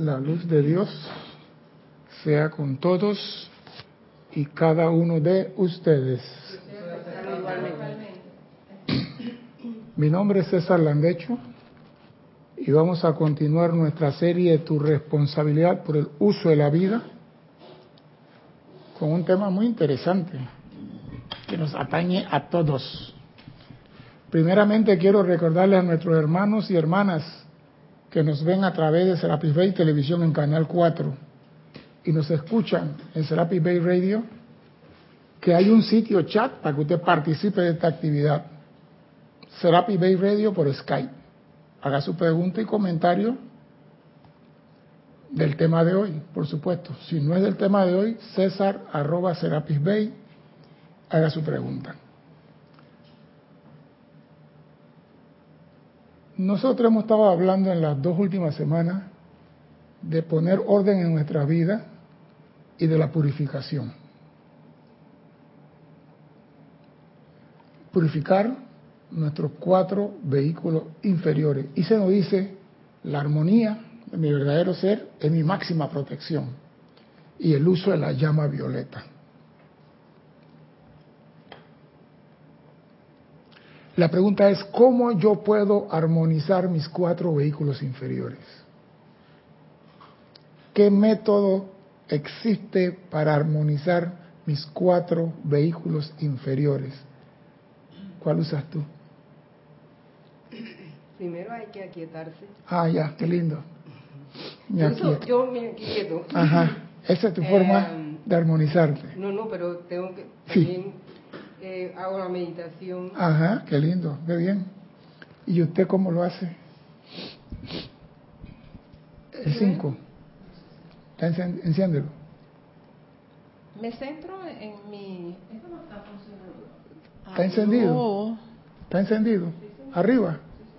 La luz de Dios sea con todos y cada uno de ustedes. Mi nombre es César Landecho y vamos a continuar nuestra serie Tu responsabilidad por el uso de la vida con un tema muy interesante que nos atañe a todos. Primeramente quiero recordarles a nuestros hermanos y hermanas que nos ven a través de Serapis Bay Televisión en Canal 4 y nos escuchan en Serapis Bay Radio, que hay un sitio chat para que usted participe de esta actividad. Serapis Bay Radio por Skype. Haga su pregunta y comentario del tema de hoy, por supuesto. Si no es del tema de hoy, César@Serapis Bay, haga su pregunta. Nosotros hemos estado hablando en las 2 últimas semanas de poner orden en nuestra vida y de la purificación. Purificar nuestros 4 vehículos inferiores. Y se nos dice, la armonía de mi verdadero ser es mi máxima protección. Y el uso de la llama violeta. La pregunta es, ¿cómo yo puedo armonizar mis 4 vehículos inferiores? ¿Qué método existe para armonizar mis 4 vehículos inferiores? ¿Cuál usas tú? Primero hay que aquietarse. Ah, ya, qué lindo. Yo me aquieto. Ajá, esa es tu forma de armonizarte. No, pero tengo que también hago la meditación. Ajá, qué lindo, qué bien. ¿Y usted cómo lo hace? El 5. Enciéndelo. Me centro en mi... Esto no está funcionando. ¿Está encendido? ¿Está encendido? ¿Arriba?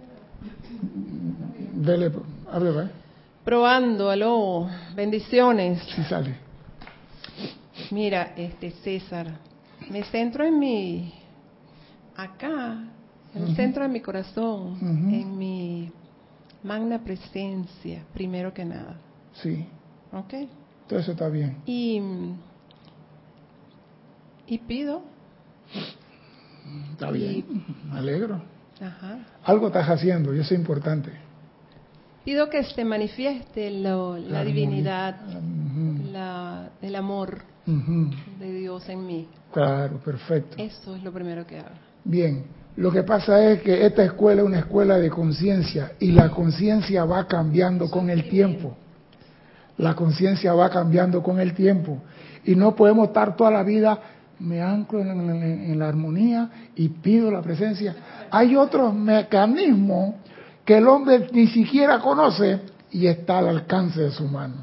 Dele, arriba, Probando, aló, bendiciones. Sí sale. Mira, César, me centro en mi... Acá, en el centro de mi corazón, en mi magna presencia, primero que nada. Sí. ¿Ok? Todo eso está bien. Y pido. Está bien, me alegro. Ajá. Algo estás haciendo y eso es importante. Pido que se manifieste la divinidad, el amor de Dios en mí. Claro, perfecto. Eso es lo primero que hago. Bien, lo que pasa es que esta escuela es una escuela de conciencia y la conciencia va cambiando con el tiempo. La conciencia va cambiando con el tiempo y no podemos estar toda la vida, me anclo en la armonía y pido la presencia. Hay otros mecanismos que el hombre ni siquiera conoce y está al alcance de su mano.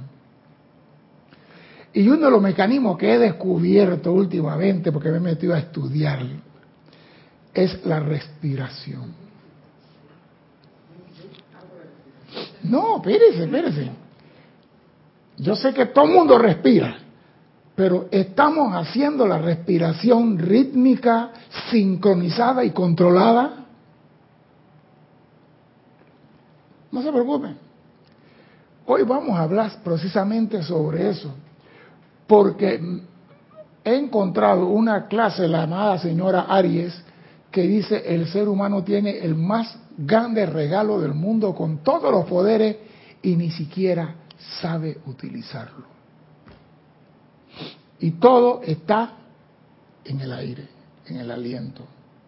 Y uno de los mecanismos que he descubierto últimamente, porque me he metido a estudiar, es la respiración. No, espérese. Yo sé que todo el mundo respira, pero estamos haciendo la respiración rítmica, sincronizada y controlada. No se preocupen. Hoy vamos a hablar precisamente sobre eso, porque he encontrado una clase de la amada señora Aries que dice el ser humano tiene el más grande regalo del mundo con todos los poderes y ni siquiera sabe utilizarlo. Y todo está en el aire, en el aliento.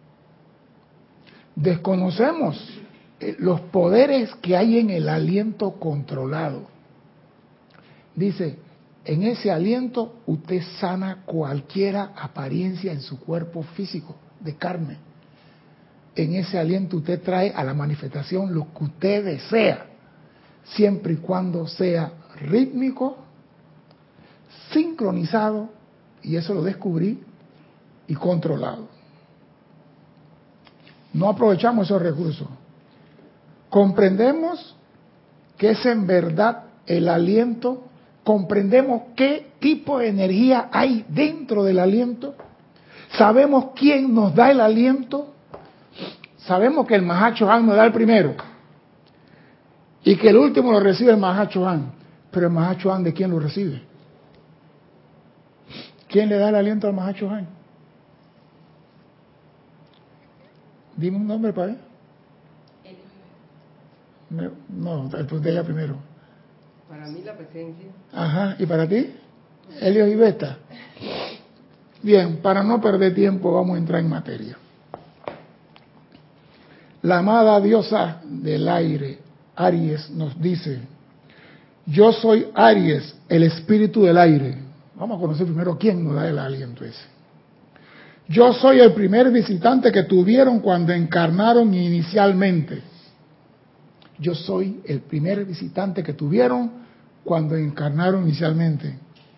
Desconocemos los poderes que hay en el aliento controlado. Dice, en ese aliento usted sana cualquier apariencia en su cuerpo físico, de carne. En ese aliento usted trae a la manifestación lo que usted desea, siempre y cuando sea rítmico, sincronizado, y eso lo descubrí, y controlado. No aprovechamos esos recursos. Comprendemos que es en verdad el aliento, comprendemos qué tipo de energía hay dentro del aliento, sabemos quién nos da el aliento, sabemos que el Mahachohan nos da el primero y que el último lo recibe el Mahachohan, Pero el Mahacho Han, ¿de quién lo recibe? ¿Quién le da el aliento al Mahacho Han? Dime un nombre para él. No, el de ella primero. Para mí la presencia. Ajá, ¿y para ti? Helios y Beta. Bien, para no perder tiempo vamos a entrar en materia. La amada diosa del aire, Aries, nos dice: yo soy Aries, el espíritu del aire. Vamos a conocer primero quién nos da el aliento ese. Yo soy el primer visitante que tuvieron cuando encarnaron inicialmente. Yo soy el primer visitante que tuvieron cuando encarnaron inicialmente.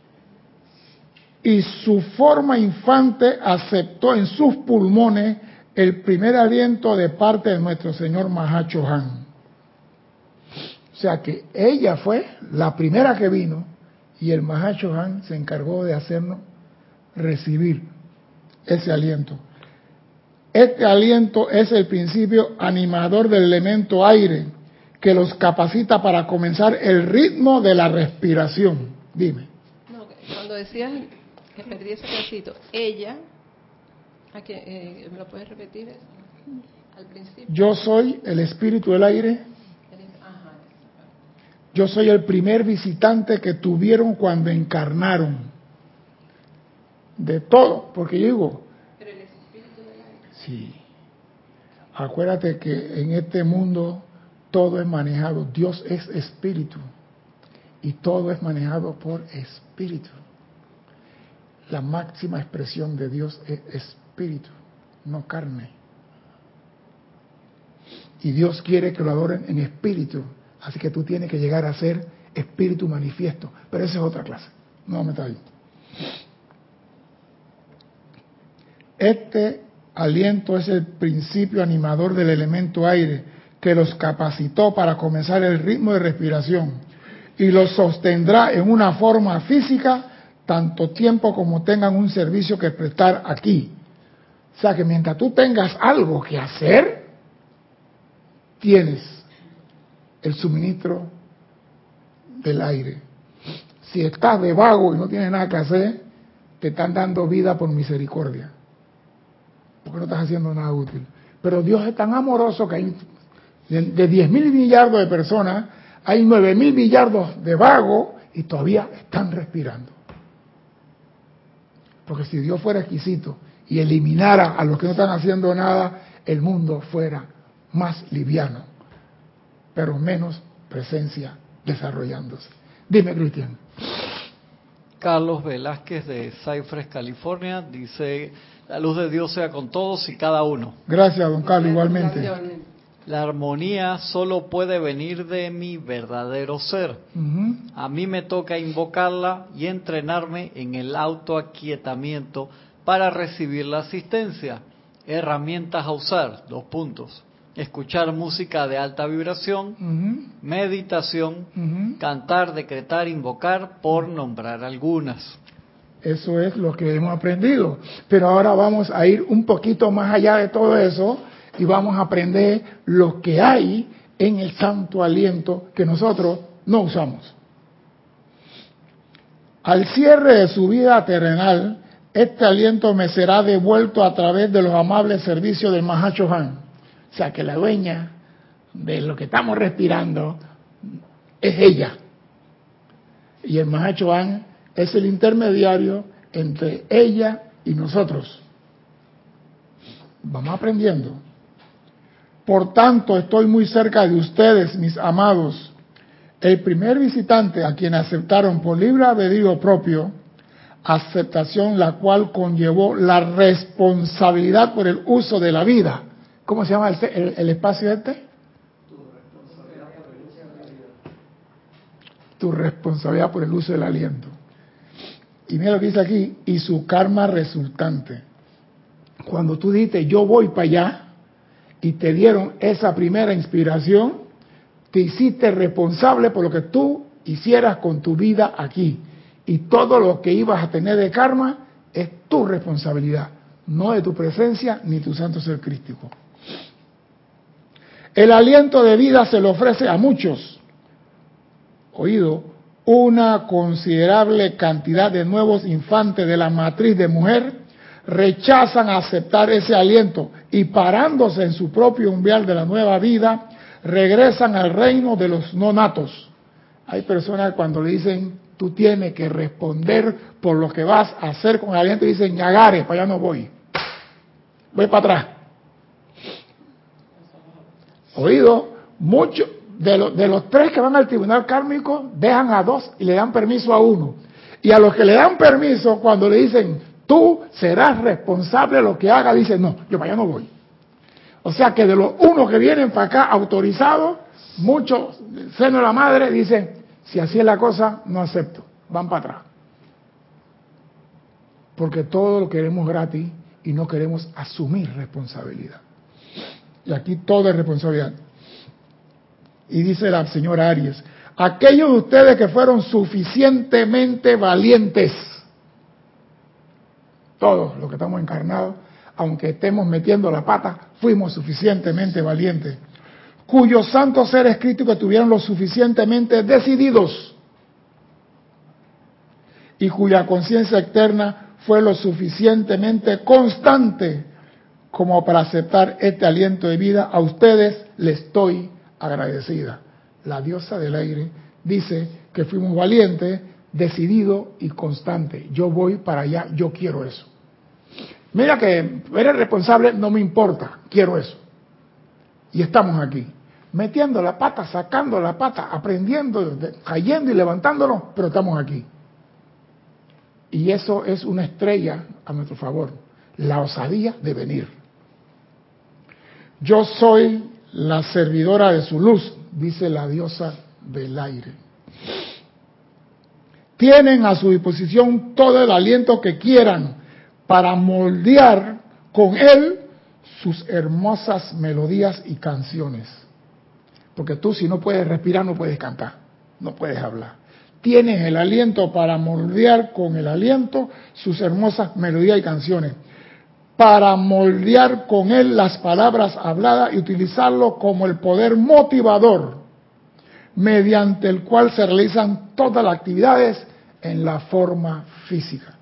Y su forma infante aceptó en sus pulmones el primer aliento de parte de nuestro señor Mahacho Han. O sea que ella fue la primera que vino y el Mahacho Han se encargó de hacernos recibir ese aliento. Este aliento es el principio animador del elemento aire que los capacita para comenzar el ritmo de la respiración. Dime. No, cuando decías que perdí ese pedacito, ella, ¿me lo puedes repetir al principio? Yo soy el espíritu del aire. Ajá. Yo soy el primer visitante que tuvieron cuando encarnaron. De todo, porque yo digo, Pero el espíritu del aire. sí. Acuérdate que en este mundo todo es manejado. Dios es espíritu. Y todo es manejado por espíritu. La máxima expresión de Dios es espíritu, no carne. Y Dios quiere que lo adoren en espíritu. Así que tú tienes que llegar a ser espíritu manifiesto. Pero esa es otra clase. No me metas ahí. Este aliento es el principio animador del elemento aire que los capacitó para comenzar el ritmo de respiración y los sostendrá en una forma física tanto tiempo como tengan un servicio que prestar aquí. O sea que mientras tú tengas algo que hacer, tienes el suministro del aire. Si estás de vago y no tienes nada que hacer, te están dando vida por misericordia, porque no estás haciendo nada útil. Pero Dios es tan amoroso que hay de 10.000 millardos de personas, hay 9.000 millardos de vagos y todavía están respirando. Porque si Dios fuera exquisito y eliminara a los que no están haciendo nada, el mundo fuera más liviano, pero menos presencia desarrollándose. Dime, Cristian. Carlos Velázquez de Cypress, California, dice: la luz de Dios sea con todos y cada uno. Gracias, don Carlos, igualmente. La armonía solo puede venir de mi verdadero ser. A mí me toca invocarla y entrenarme en el autoaquietamiento para recibir la asistencia. Herramientas a usar, : escuchar música de alta vibración, meditación, cantar, decretar, invocar, por nombrar algunas. Eso es lo que hemos aprendido. Pero ahora vamos a ir un poquito más allá de todo eso y vamos a aprender lo que hay en el santo aliento que nosotros no usamos. Al cierre de su vida terrenal, este aliento me será devuelto a través de los amables servicios del Mahacho Han. O sea que la dueña de lo que estamos respirando es ella. Y el Mahacho Han es el intermediario entre ella y nosotros. Vamos aprendiendo. Por tanto, estoy muy cerca de ustedes, mis amados. El primer visitante a quien aceptaron por libre albedrío propio, aceptación la cual conllevó la responsabilidad por el uso de la vida. ¿Cómo se llama el espacio este? Tu responsabilidad por el uso del aliento. Y mira lo que dice aquí: y su karma resultante. Cuando tú dijiste yo voy para allá y te dieron esa primera inspiración, te hiciste responsable por lo que tú hicieras con tu vida aquí. Y todo lo que ibas a tener de karma es tu responsabilidad, no de tu presencia ni tu santo ser crístico. El aliento de vida se le ofrece a muchos, oído, una considerable cantidad de nuevos infantes de la matriz de mujer rechazan aceptar ese aliento y parándose en su propio umbral de la nueva vida, regresan al reino de los no natos. Hay personas que cuando le dicen, tú tienes que responder por lo que vas a hacer con el aliento, y dicen, ñagare, para allá no voy para atrás. Oído, muchos de los 3 que van al tribunal kármico, dejan a 2 y le dan permiso a 1. Y a los que le dan permiso, cuando le dicen, tú serás responsable de lo que haga, dicen, no, yo para allá no voy. O sea que de los 1 que vienen para acá autorizados, muchos, seno de la madre, dicen, si así es la cosa, no acepto, van para atrás. Porque todo lo queremos gratis y no queremos asumir responsabilidad. Y aquí todo es responsabilidad. Y dice la señora Aries, aquellos de ustedes que fueron suficientemente valientes, todos los que estamos encarnados, aunque estemos metiendo la pata, fuimos suficientemente valientes, cuyos santos seres críticos estuvieron lo suficientemente decididos y cuya conciencia externa fue lo suficientemente constante como para aceptar este aliento de vida. A ustedes les estoy agradecida. La diosa del aire dice que fuimos valientes, decididos y constantes. Yo voy para allá, yo quiero eso. Mira que eres responsable, no me importa, quiero eso. Y estamos aquí, metiendo la pata, sacando la pata, aprendiendo, cayendo y levantándonos, pero estamos aquí. Y eso es una estrella a nuestro favor, la osadía de venir. Yo soy la servidora de su luz, dice la diosa del aire. Tienen a su disposición todo el aliento que quieran para moldear con él sus hermosas melodías y canciones. Porque tú, si no puedes respirar, no puedes cantar, no puedes hablar. Tienes el aliento para moldear con el aliento sus hermosas melodías y canciones, para moldear con él las palabras habladas y utilizarlo como el poder motivador mediante el cual se realizan todas las actividades en la forma física.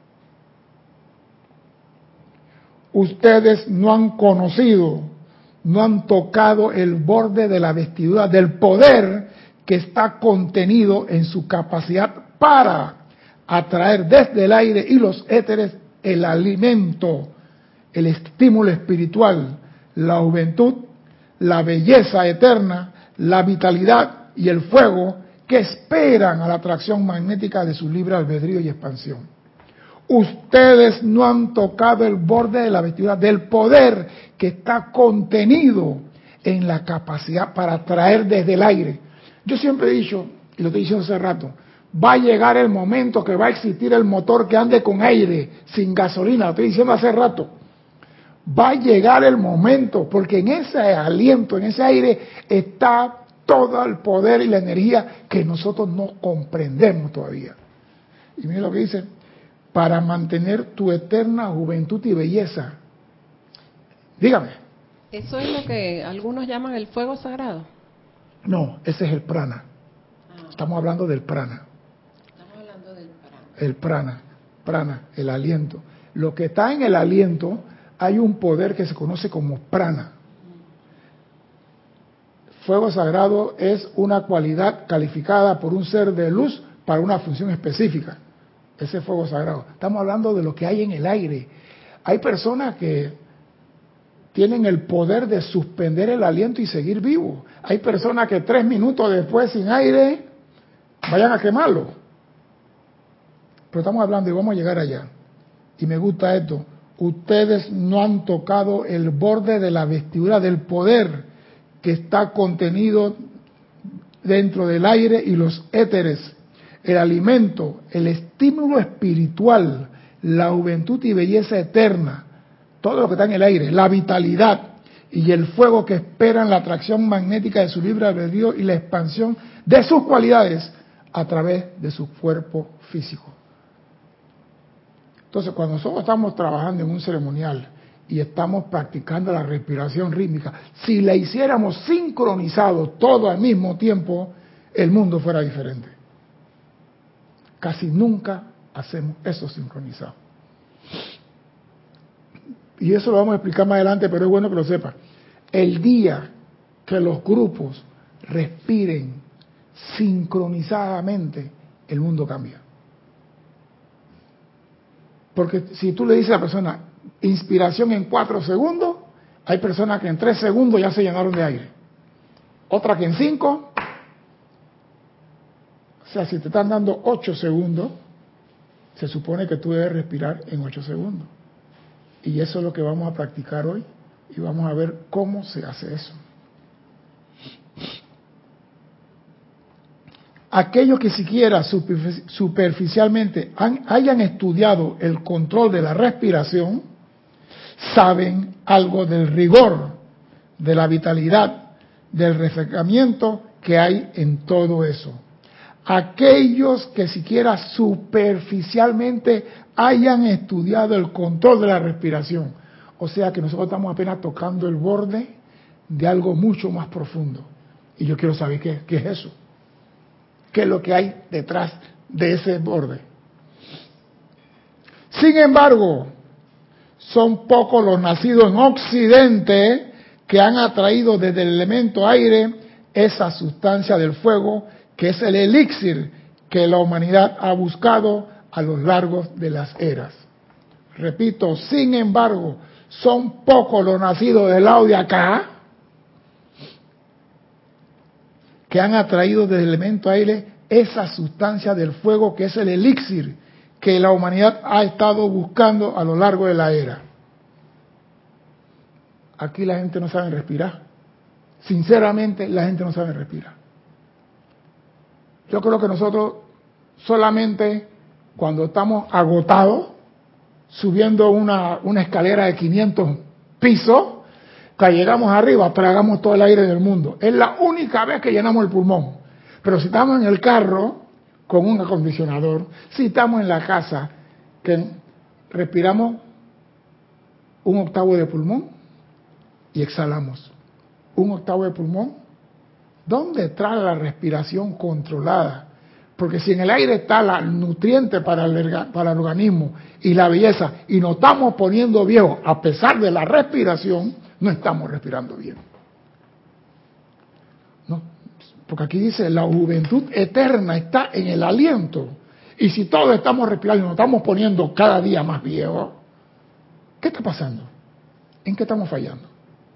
Ustedes no han conocido, no han tocado el borde de la vestidura del poder que está contenido en su capacidad para atraer desde el aire y los éteres el alimento, el estímulo espiritual, la juventud, la belleza eterna, la vitalidad y el fuego que esperan a la atracción magnética de su libre albedrío y expansión. Ustedes no han tocado el borde de la vestidura del poder que está contenido en la capacidad para atraer desde el aire. Yo siempre he dicho, y lo estoy diciendo hace rato, va a llegar el momento que va a existir el motor que ande con aire, sin gasolina, lo estoy diciendo hace rato. Va a llegar el momento, porque en ese aliento, en ese aire, está todo el poder y la energía que nosotros no comprendemos todavía. Y mire lo que dice, para mantener tu eterna juventud y belleza. Dígame. ¿Eso es lo que algunos llaman el fuego sagrado? No, ese es el prana. Estamos hablando del prana. Estamos hablando del prana. El prana, el aliento. Lo que está en el aliento, hay un poder que se conoce como prana. Fuego sagrado es una cualidad calificada por un ser de luz para una función específica. Ese fuego sagrado. Estamos hablando de lo que hay en el aire. Hay personas que tienen el poder de suspender el aliento y seguir vivos. Hay personas que 3 minutos después sin aire vayan a quemarlo. Pero estamos hablando y vamos a llegar allá. Y me gusta esto. Ustedes no han tocado el borde de la vestidura del poder que está contenido dentro del aire y los éteres. El alimento, el estímulo espiritual, la juventud y belleza eterna, todo lo que está en el aire, la vitalidad y el fuego que esperan la atracción magnética de su libre albedrío y la expansión de sus cualidades a través de su cuerpo físico. Entonces, cuando nosotros estamos trabajando en un ceremonial y estamos practicando la respiración rítmica, si la hiciéramos sincronizado todo al mismo tiempo, el mundo fuera diferente. Casi nunca hacemos eso sincronizado. Y eso lo vamos a explicar más adelante, pero es bueno que lo sepa. El día que los grupos respiren sincronizadamente, el mundo cambia. Porque si tú le dices a la persona, inspiración en 4 segundos, hay personas que en 3 segundos ya se llenaron de aire. Otra que en 5. O sea, si te están dando 8 segundos, se supone que tú debes respirar en 8 segundos. Y eso es lo que vamos a practicar hoy. Y vamos a ver cómo se hace eso. Aquellos que siquiera superficialmente hayan estudiado el control de la respiración, saben algo del rigor, de la vitalidad, del refrescamiento que hay en todo eso. Aquellos que siquiera superficialmente hayan estudiado el control de la respiración, o sea que nosotros estamos apenas tocando el borde de algo mucho más profundo. Y yo quiero saber qué es eso. ¿Qué es lo que hay detrás de ese borde? Sin embargo, son pocos los nacidos en Occidente que han atraído desde el elemento aire esa sustancia del fuego que es el elixir que la humanidad ha buscado a lo largo de las eras. Repito, sin embargo, son pocos los nacidos del lado de acá que han atraído desde el elemento aire esa sustancia del fuego que es el elixir que la humanidad ha estado buscando a lo largo de la era. Aquí la gente no sabe respirar. Sinceramente, la gente no sabe respirar. Yo creo que nosotros solamente cuando estamos agotados, subiendo una escalera de 500 pisos, que llegamos arriba, tragamos todo el aire del mundo. Es la única vez que llenamos el pulmón. Pero si estamos en el carro, con un acondicionador, si estamos en la casa, que respiramos 1/8 de pulmón y exhalamos 1/8 de pulmón, ¿dónde está la respiración controlada? Porque si en el aire está el nutriente para el organismo y la belleza, y nos estamos poniendo viejos a pesar de la respiración, no estamos respirando bien. No, porque aquí dice, la juventud eterna está en el aliento. Y si todos estamos respirando y nos estamos poniendo cada día más viejos, ¿qué está pasando? ¿En qué estamos fallando?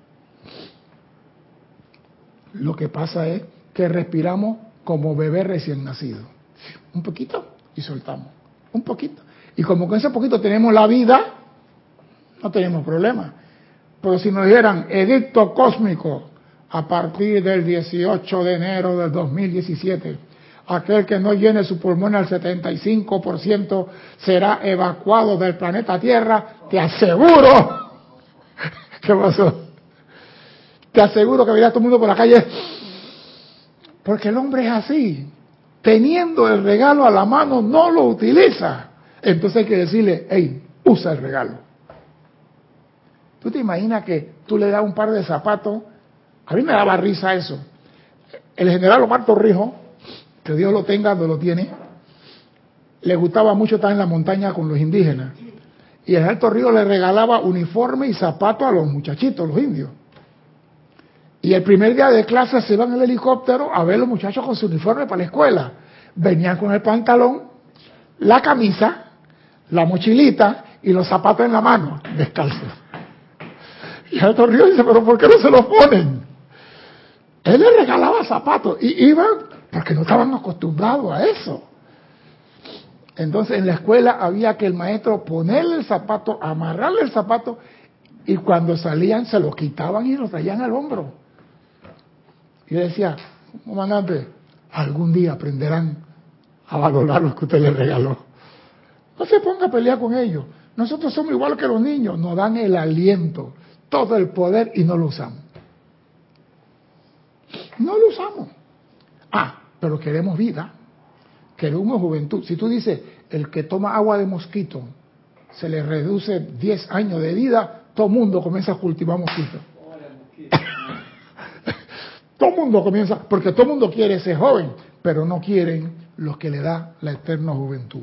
Lo que pasa es que respiramos como bebé recién nacido. Un poquito y soltamos. Un poquito. Y como con ese poquito tenemos la vida, no tenemos problema. Pero si nos dieran edicto cósmico a partir del 18 de enero del 2017, aquel que no llene su pulmón al 75% será evacuado del planeta Tierra, te aseguro. ¿Qué pasó? Te aseguro que verás todo el mundo por la calle. Porque el hombre es así. Teniendo el regalo a la mano, no lo utiliza. Entonces hay que decirle, hey, usa el regalo. ¿Tú te imaginas que tú le das un par de zapatos? A mí me daba risa eso. El general Omar Torrijos, que Dios lo tenga, no lo tiene, le gustaba mucho estar en la montaña con los indígenas. Y el general Torrijos le regalaba uniforme y zapatos a los muchachitos, los indios. Y el primer día de clase se iban en el helicóptero a ver a los muchachos con su uniforme para la escuela. Venían con el pantalón, la camisa, la mochilita y los zapatos en la mano, descalzos. Y el Torrijos dice, pero ¿por qué no se los ponen? Él le regalaba zapatos y iban porque no estaban acostumbrados a eso. Entonces en la escuela había que el maestro ponerle el zapato, amarrarle el zapato, y cuando salían se lo quitaban y lo traían al hombro. Y yo decía, comandante, algún día aprenderán a valorar lo que usted les regaló. No se ponga a pelear con ellos. Nosotros somos igual que los niños, nos dan el aliento, todo el poder y no lo usamos. No lo usamos. Pero queremos vida, queremos juventud. Si tú dices, el que toma agua de mosquito se le reduce 10 años de vida, todo el mundo comienza a cultivar mosquitos. Todo el mundo comienza, porque todo el mundo quiere ser joven, pero no quieren lo que le da la eterna juventud.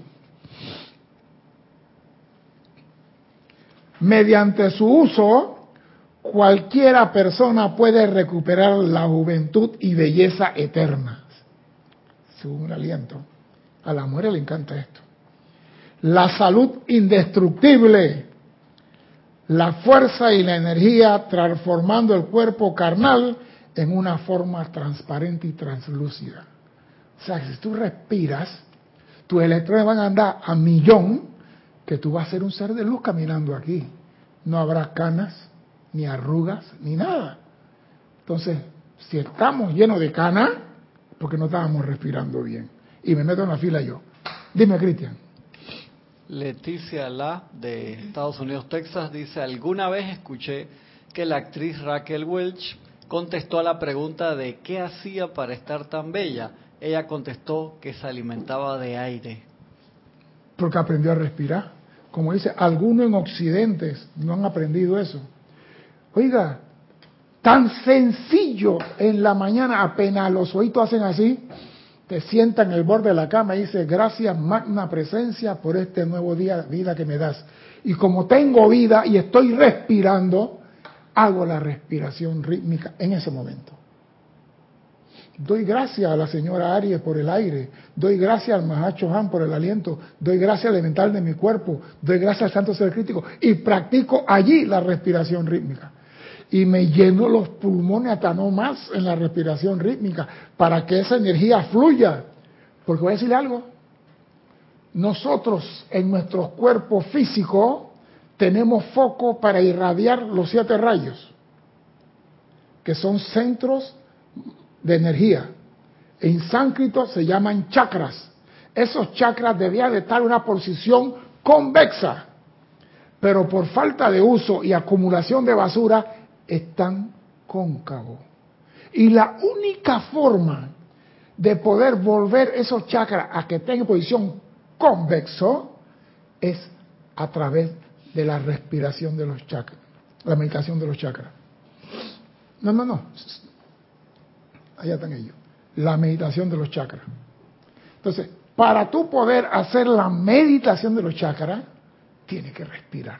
Mediante su uso, cualquiera persona puede recuperar la juventud y belleza eterna. Según el aliento. A la mujer le encanta esto. La salud indestructible, la fuerza y la energía transformando el cuerpo carnal en una forma transparente y translúcida. O sea, que si tú respiras, tus electrones van a andar a millón, que tú vas a ser un ser de luz caminando aquí. No habrá canas, ni arrugas, ni nada. Entonces, si estamos llenos de canas, porque no estábamos respirando bien. Y me meto en la fila yo. Dime, Cristian. Leticia La, de Estados Unidos, Texas, dice: alguna vez escuché que la actriz Raquel Welch contestó a la pregunta de qué hacía para estar tan bella. Ella contestó que se alimentaba de aire. Porque aprendió a respirar. Como dice, algunos en Occidente no han aprendido eso. Oiga, tan sencillo en la mañana, apenas los oídos hacen así, te sienta en el borde de la cama y dice: gracias magna presencia por este nuevo día, vida que me das. Y como tengo vida y estoy respirando, hago la respiración rítmica en ese momento. Doy gracias a la señora Aries por el aire, doy gracias al Mahacho Han por el aliento, doy gracias al elemental de mi cuerpo, doy gracias al santo ser crítico y practico allí la respiración rítmica. Y me lleno los pulmones hasta no más en la respiración rítmica para que esa energía fluya. Porque voy a decirle algo, nosotros en nuestros cuerpos físicos tenemos foco para irradiar los 7 rayos, que son centros de energía. En sánscrito se llaman chakras. Esos chakras debían de estar en una posición convexa, pero por falta de uso y acumulación de basura están cóncavos. Y la única forma de poder volver esos chakras a que estén en posición convexo es a través de la respiración de los chakras, la meditación de los chakras. No. Allá están ellos. La meditación de los chakras. Entonces, para tú poder hacer la meditación de los chakras, tienes que respirar.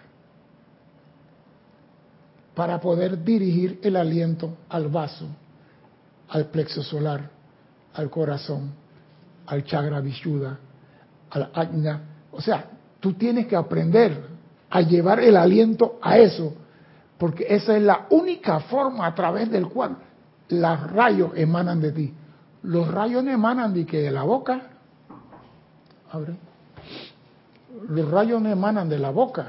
Para poder dirigir el aliento al vaso, al plexo solar, al corazón, al chakra vishuddha, al ajna. O sea, tú tienes que aprender a llevar el aliento a eso, porque esa es la única forma a través del cual los rayos emanan de ti. Los rayos no emanan de la boca. Abre. Los rayos no emanan de la boca.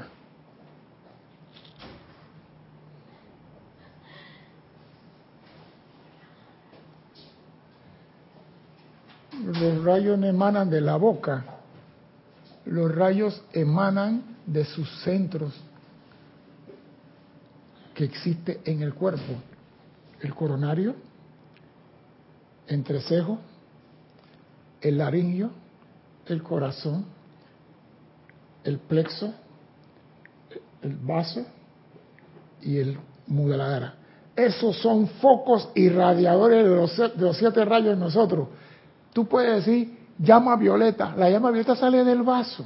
Los rayos no emanan de la boca. Los rayos emanan de sus centros que existe en el cuerpo. El coronario, entrecejo, el laringio, el corazón, el plexo, el vaso y el muladhara. Esos son focos irradiadores de los 7 rayos en nosotros. Tú puedes decir llama violeta, la llama violeta sale del vaso.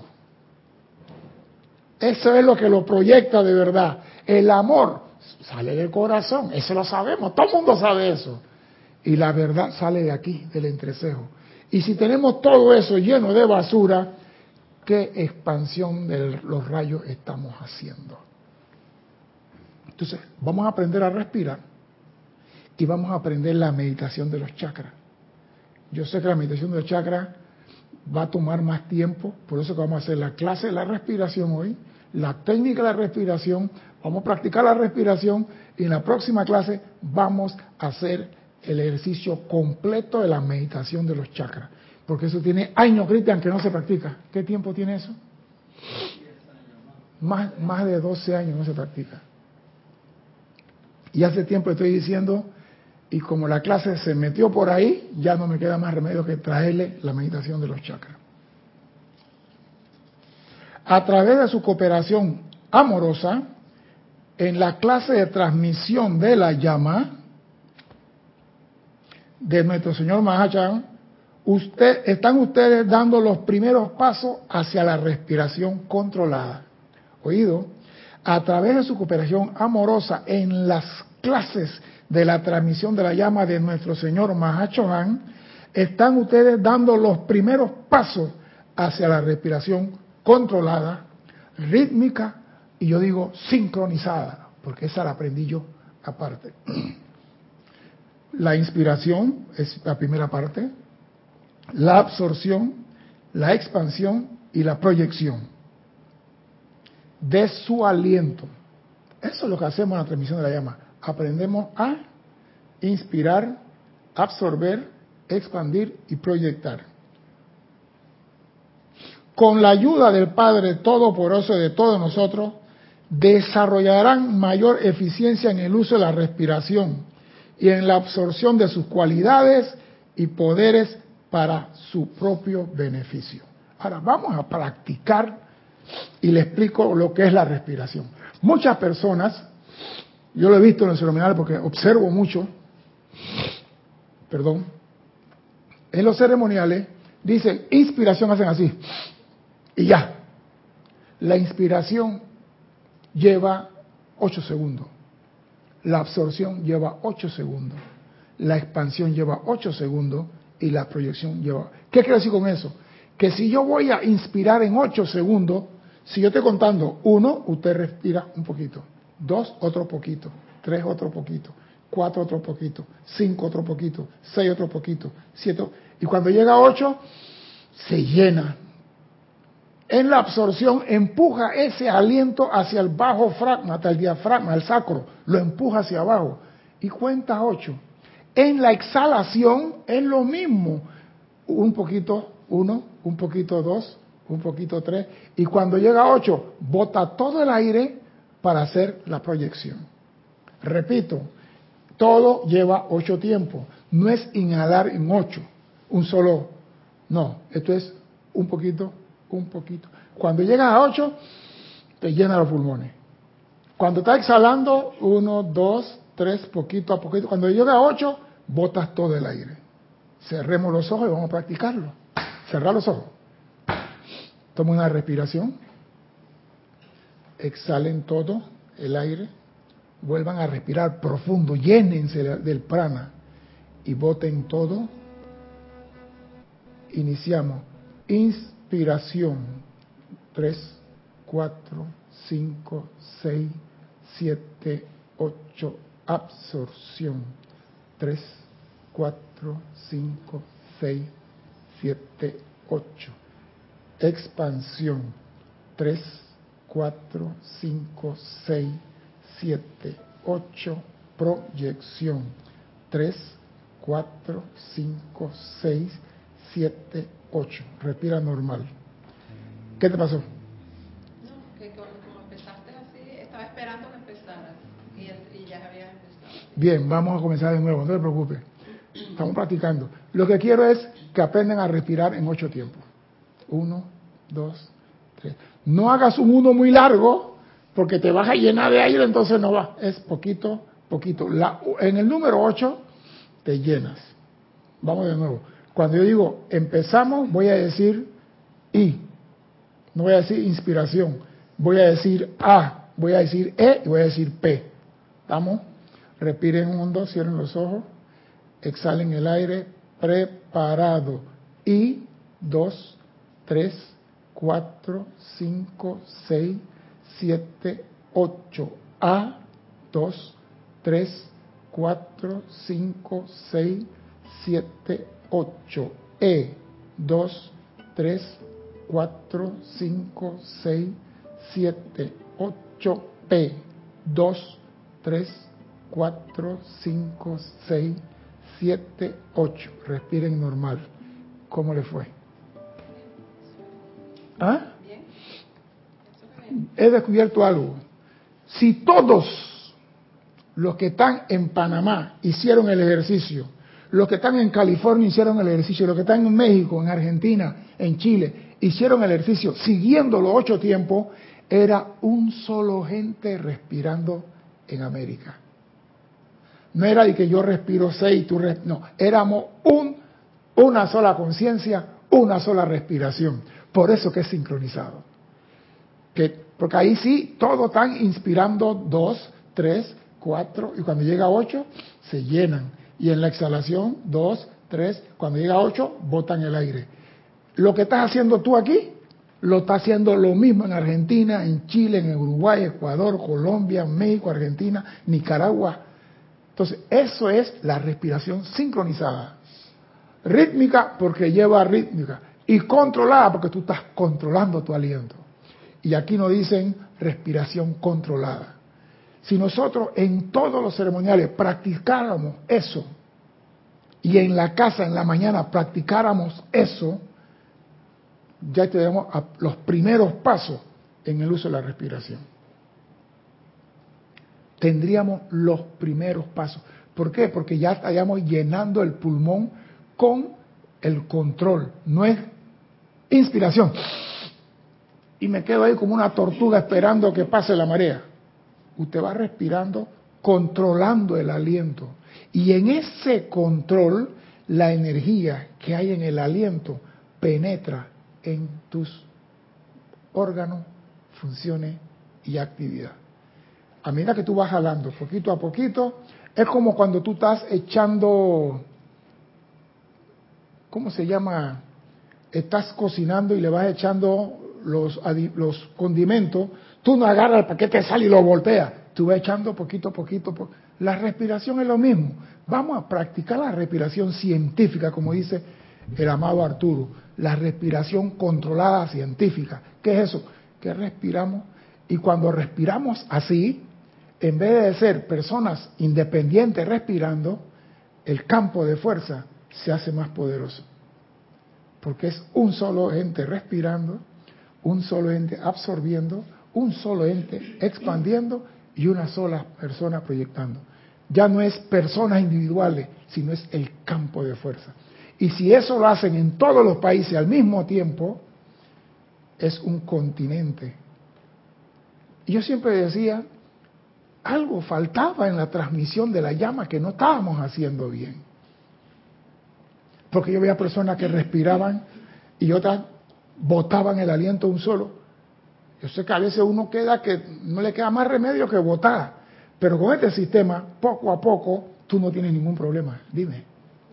Eso es lo que lo proyecta de verdad. El amor sale del corazón, eso lo sabemos, todo el mundo sabe eso. Y la verdad sale de aquí, del entrecejo. Y si tenemos todo eso lleno de basura, ¿qué expansión de los rayos estamos haciendo? Entonces, vamos a aprender a respirar y vamos a aprender la meditación de los chakras. Yo sé que la meditación de los chakras va a tomar más tiempo, por eso que vamos a hacer la clase de la respiración hoy, la técnica de la respiración, vamos a practicar la respiración y en la próxima clase vamos a hacer el ejercicio completo de la meditación de los chakras, porque eso tiene años, Cristian, que no se practica. ¿Qué tiempo tiene eso? Más de 12 años no se practica. Y hace tiempo estoy diciendo, y como la clase se metió por ahí, ya no me queda más remedio que traerle la meditación de los chakras. A través de su cooperación amorosa, en la clase de transmisión de la llama de nuestro señor Mahachohan, están ustedes dando los primeros pasos hacia la respiración controlada. Oído, a través de su cooperación amorosa en las clases de la transmisión de la llama de nuestro Señor Mahachohan, están ustedes dando los primeros pasos hacia la respiración controlada, rítmica y yo digo sincronizada, porque esa la aprendí yo aparte. La inspiración es la primera parte, la absorción, la expansión y la proyección de su aliento. Eso es lo que hacemos en la transmisión de la llama. Aprendemos a inspirar, absorber, expandir y proyectar. Con la ayuda del Padre Todopoderoso de todos nosotros, desarrollarán mayor eficiencia en el uso de la respiración y en la absorción de sus cualidades y poderes para su propio beneficio. Ahora vamos a practicar y le explico lo que es la respiración. Muchas personas, yo lo he visto en el ceremonial porque observo mucho, en los ceremoniales dicen inspiración, hacen así y ya. La inspiración lleva 8 segundos, la absorción lleva 8 segundos, la expansión lleva 8 segundos y la proyección lleva... ¿Qué quiero decir con eso? Que si yo voy a inspirar en 8 segundos, si yo estoy contando 1, usted respira un poquito, 2, otro poquito, 3, otro poquito, 4, otro poquito, 5, otro poquito, 6, otro poquito, 7, y cuando llega a 8, se llena. En la absorción empuja ese aliento hacia el bajo fragma, hasta el diafragma, el sacro, lo empuja hacia abajo y cuenta 8. En la exhalación es lo mismo, un poquito 1, un poquito 2, un poquito 3, y cuando llega a 8, bota todo el aire para hacer la proyección. Repito, todo lleva 8 tiempos, no es inhalar en 8, un solo, no, esto es un poquito, un poquito. Cuando llegas a 8, te llena los pulmones. Cuando estás exhalando, 1, 2, 3, poquito a poquito. Cuando llega a 8, botas todo el aire. Cerremos los ojos y vamos a practicarlo. Cerrar los ojos. Toma una respiración. Exhalen todo el aire. Vuelvan a respirar profundo. Llénense del prana. Y boten todo. Iniciamos. Inspiración. 3, 4, 5, 6, 7, 8. Absorción. 3, 4, 5, 6, 7, 8. Expansión. 3, 4, 5, 6, 7, 8. Proyección. 3, 4, 5, 6, 7, 8. Respira normal. ¿Qué te pasó? No, que como empezaste así, estaba esperando que empezaras y ya habías empezado. Bien, vamos a comenzar de nuevo, no te preocupes. Estamos practicando. Lo que quiero es que aprendan a respirar en 8 tiempos. 1, 2, 3. No hagas un 1 muy largo, porque te vas a llenar de aire, entonces no va. Es poquito, poquito. En el número 8 te llenas. Vamos de nuevo. Cuando yo digo empezamos, voy a decir I. No voy a decir inspiración. Voy a decir A. Voy a decir E y voy a decir P. ¿Estamos? Respiren hondo, cierren los ojos. Exhalen el aire. Preparado. I, 2, 3, 4, 5, 6, 7, 8. A, 2, 3, 4, 5, 6, 7, 8. E, 2, 3, 4, 5, 6, 7, 8. P, 2, 3, 4, 5, 6, 7, 8. Respiren normal. ¿Cómo le fue? ¿Ah? He descubierto algo. Si todos los que están en Panamá hicieron el ejercicio, los que están en California hicieron el ejercicio, los que están en México, en Argentina, en Chile, hicieron el ejercicio siguiendo los 8 tiempos, era un solo gente respirando en América. No era de que yo respiro 6 y tú no, éramos un una sola conciencia, una sola respiración. Por eso que es sincronizado. Porque ahí sí, todos están inspirando 2, 3, 4, y cuando llega a 8, se llenan. Y en la exhalación, 2, 3, cuando llega a 8, botan el aire. Lo que estás haciendo tú aquí, lo está haciendo lo mismo en Argentina, en Chile, en Uruguay, Ecuador, Colombia, México, Argentina, Nicaragua. Entonces, eso es la respiración sincronizada. Rítmica porque lleva rítmica. Y controlada porque tú estás controlando tu aliento. Y aquí nos dicen respiración controlada. Si nosotros en todos los ceremoniales practicáramos eso, y en la casa en la mañana practicáramos eso, ya tenemos los primeros pasos en el uso de la respiración. Tendríamos los primeros pasos. ¿Por qué? Porque ya estaríamos llenando el pulmón con el control. No es inspiración y me quedo ahí como una tortuga esperando que pase la marea. Usted va respirando, controlando el aliento. Y en ese control, la energía que hay en el aliento penetra en tus órganos, funciones y actividad. A medida que tú vas jalando poquito a poquito, es como cuando tú estás echando, ¿cómo se llama? Estás cocinando y le vas echando los condimentos, tú no agarras el paquete de sal y lo volteas, tú vas echando poquito a poquito. La respiración es lo mismo. Vamos a practicar la respiración científica, como dice el amado Arturo, la respiración controlada científica. ¿Qué es eso? Que respiramos, y cuando respiramos así, en vez de ser personas independientes respirando, el campo de fuerza se hace más poderoso. Porque es un solo ente respirando, un solo ente absorbiendo, un solo ente expandiendo y una sola persona proyectando. Ya no es personas individuales, sino es el campo de fuerza. Y si eso lo hacen en todos los países al mismo tiempo, es un continente. Y yo siempre decía, algo faltaba en la transmisión de la llama que no estábamos haciendo bien. Porque yo veía personas que respiraban y otras botaban el aliento un solo. Yo sé que a veces uno queda que no le queda más remedio que botar. Pero con este sistema, poco a poco, tú no tienes ningún problema. Dime.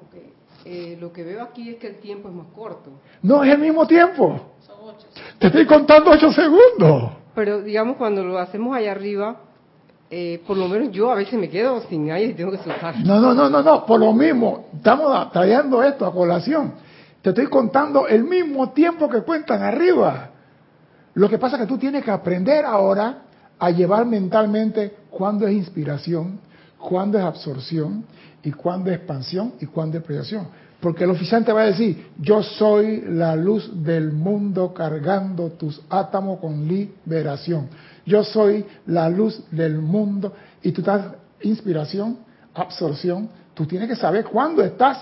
Okay. Lo que veo aquí es que el tiempo es más corto. No, es el mismo tiempo. Son 8. Te estoy contando 8 segundos. Pero digamos, cuando lo hacemos allá arriba, por lo menos yo a veces me quedo sin aire y tengo que soltar. No, por lo mismo, estamos trayendo esto a colación. Te estoy contando el mismo tiempo que cuentan arriba. Lo que pasa es que tú tienes que aprender ahora a llevar mentalmente cuándo es inspiración, cuándo es absorción, y cuándo es expansión y cuándo es proyección. Porque el oficial te va a decir, yo soy la luz del mundo cargando tus átomos con liberación. Yo soy la luz del mundo. Y tú estás inspiración, absorción. Tú tienes que saber cuándo estás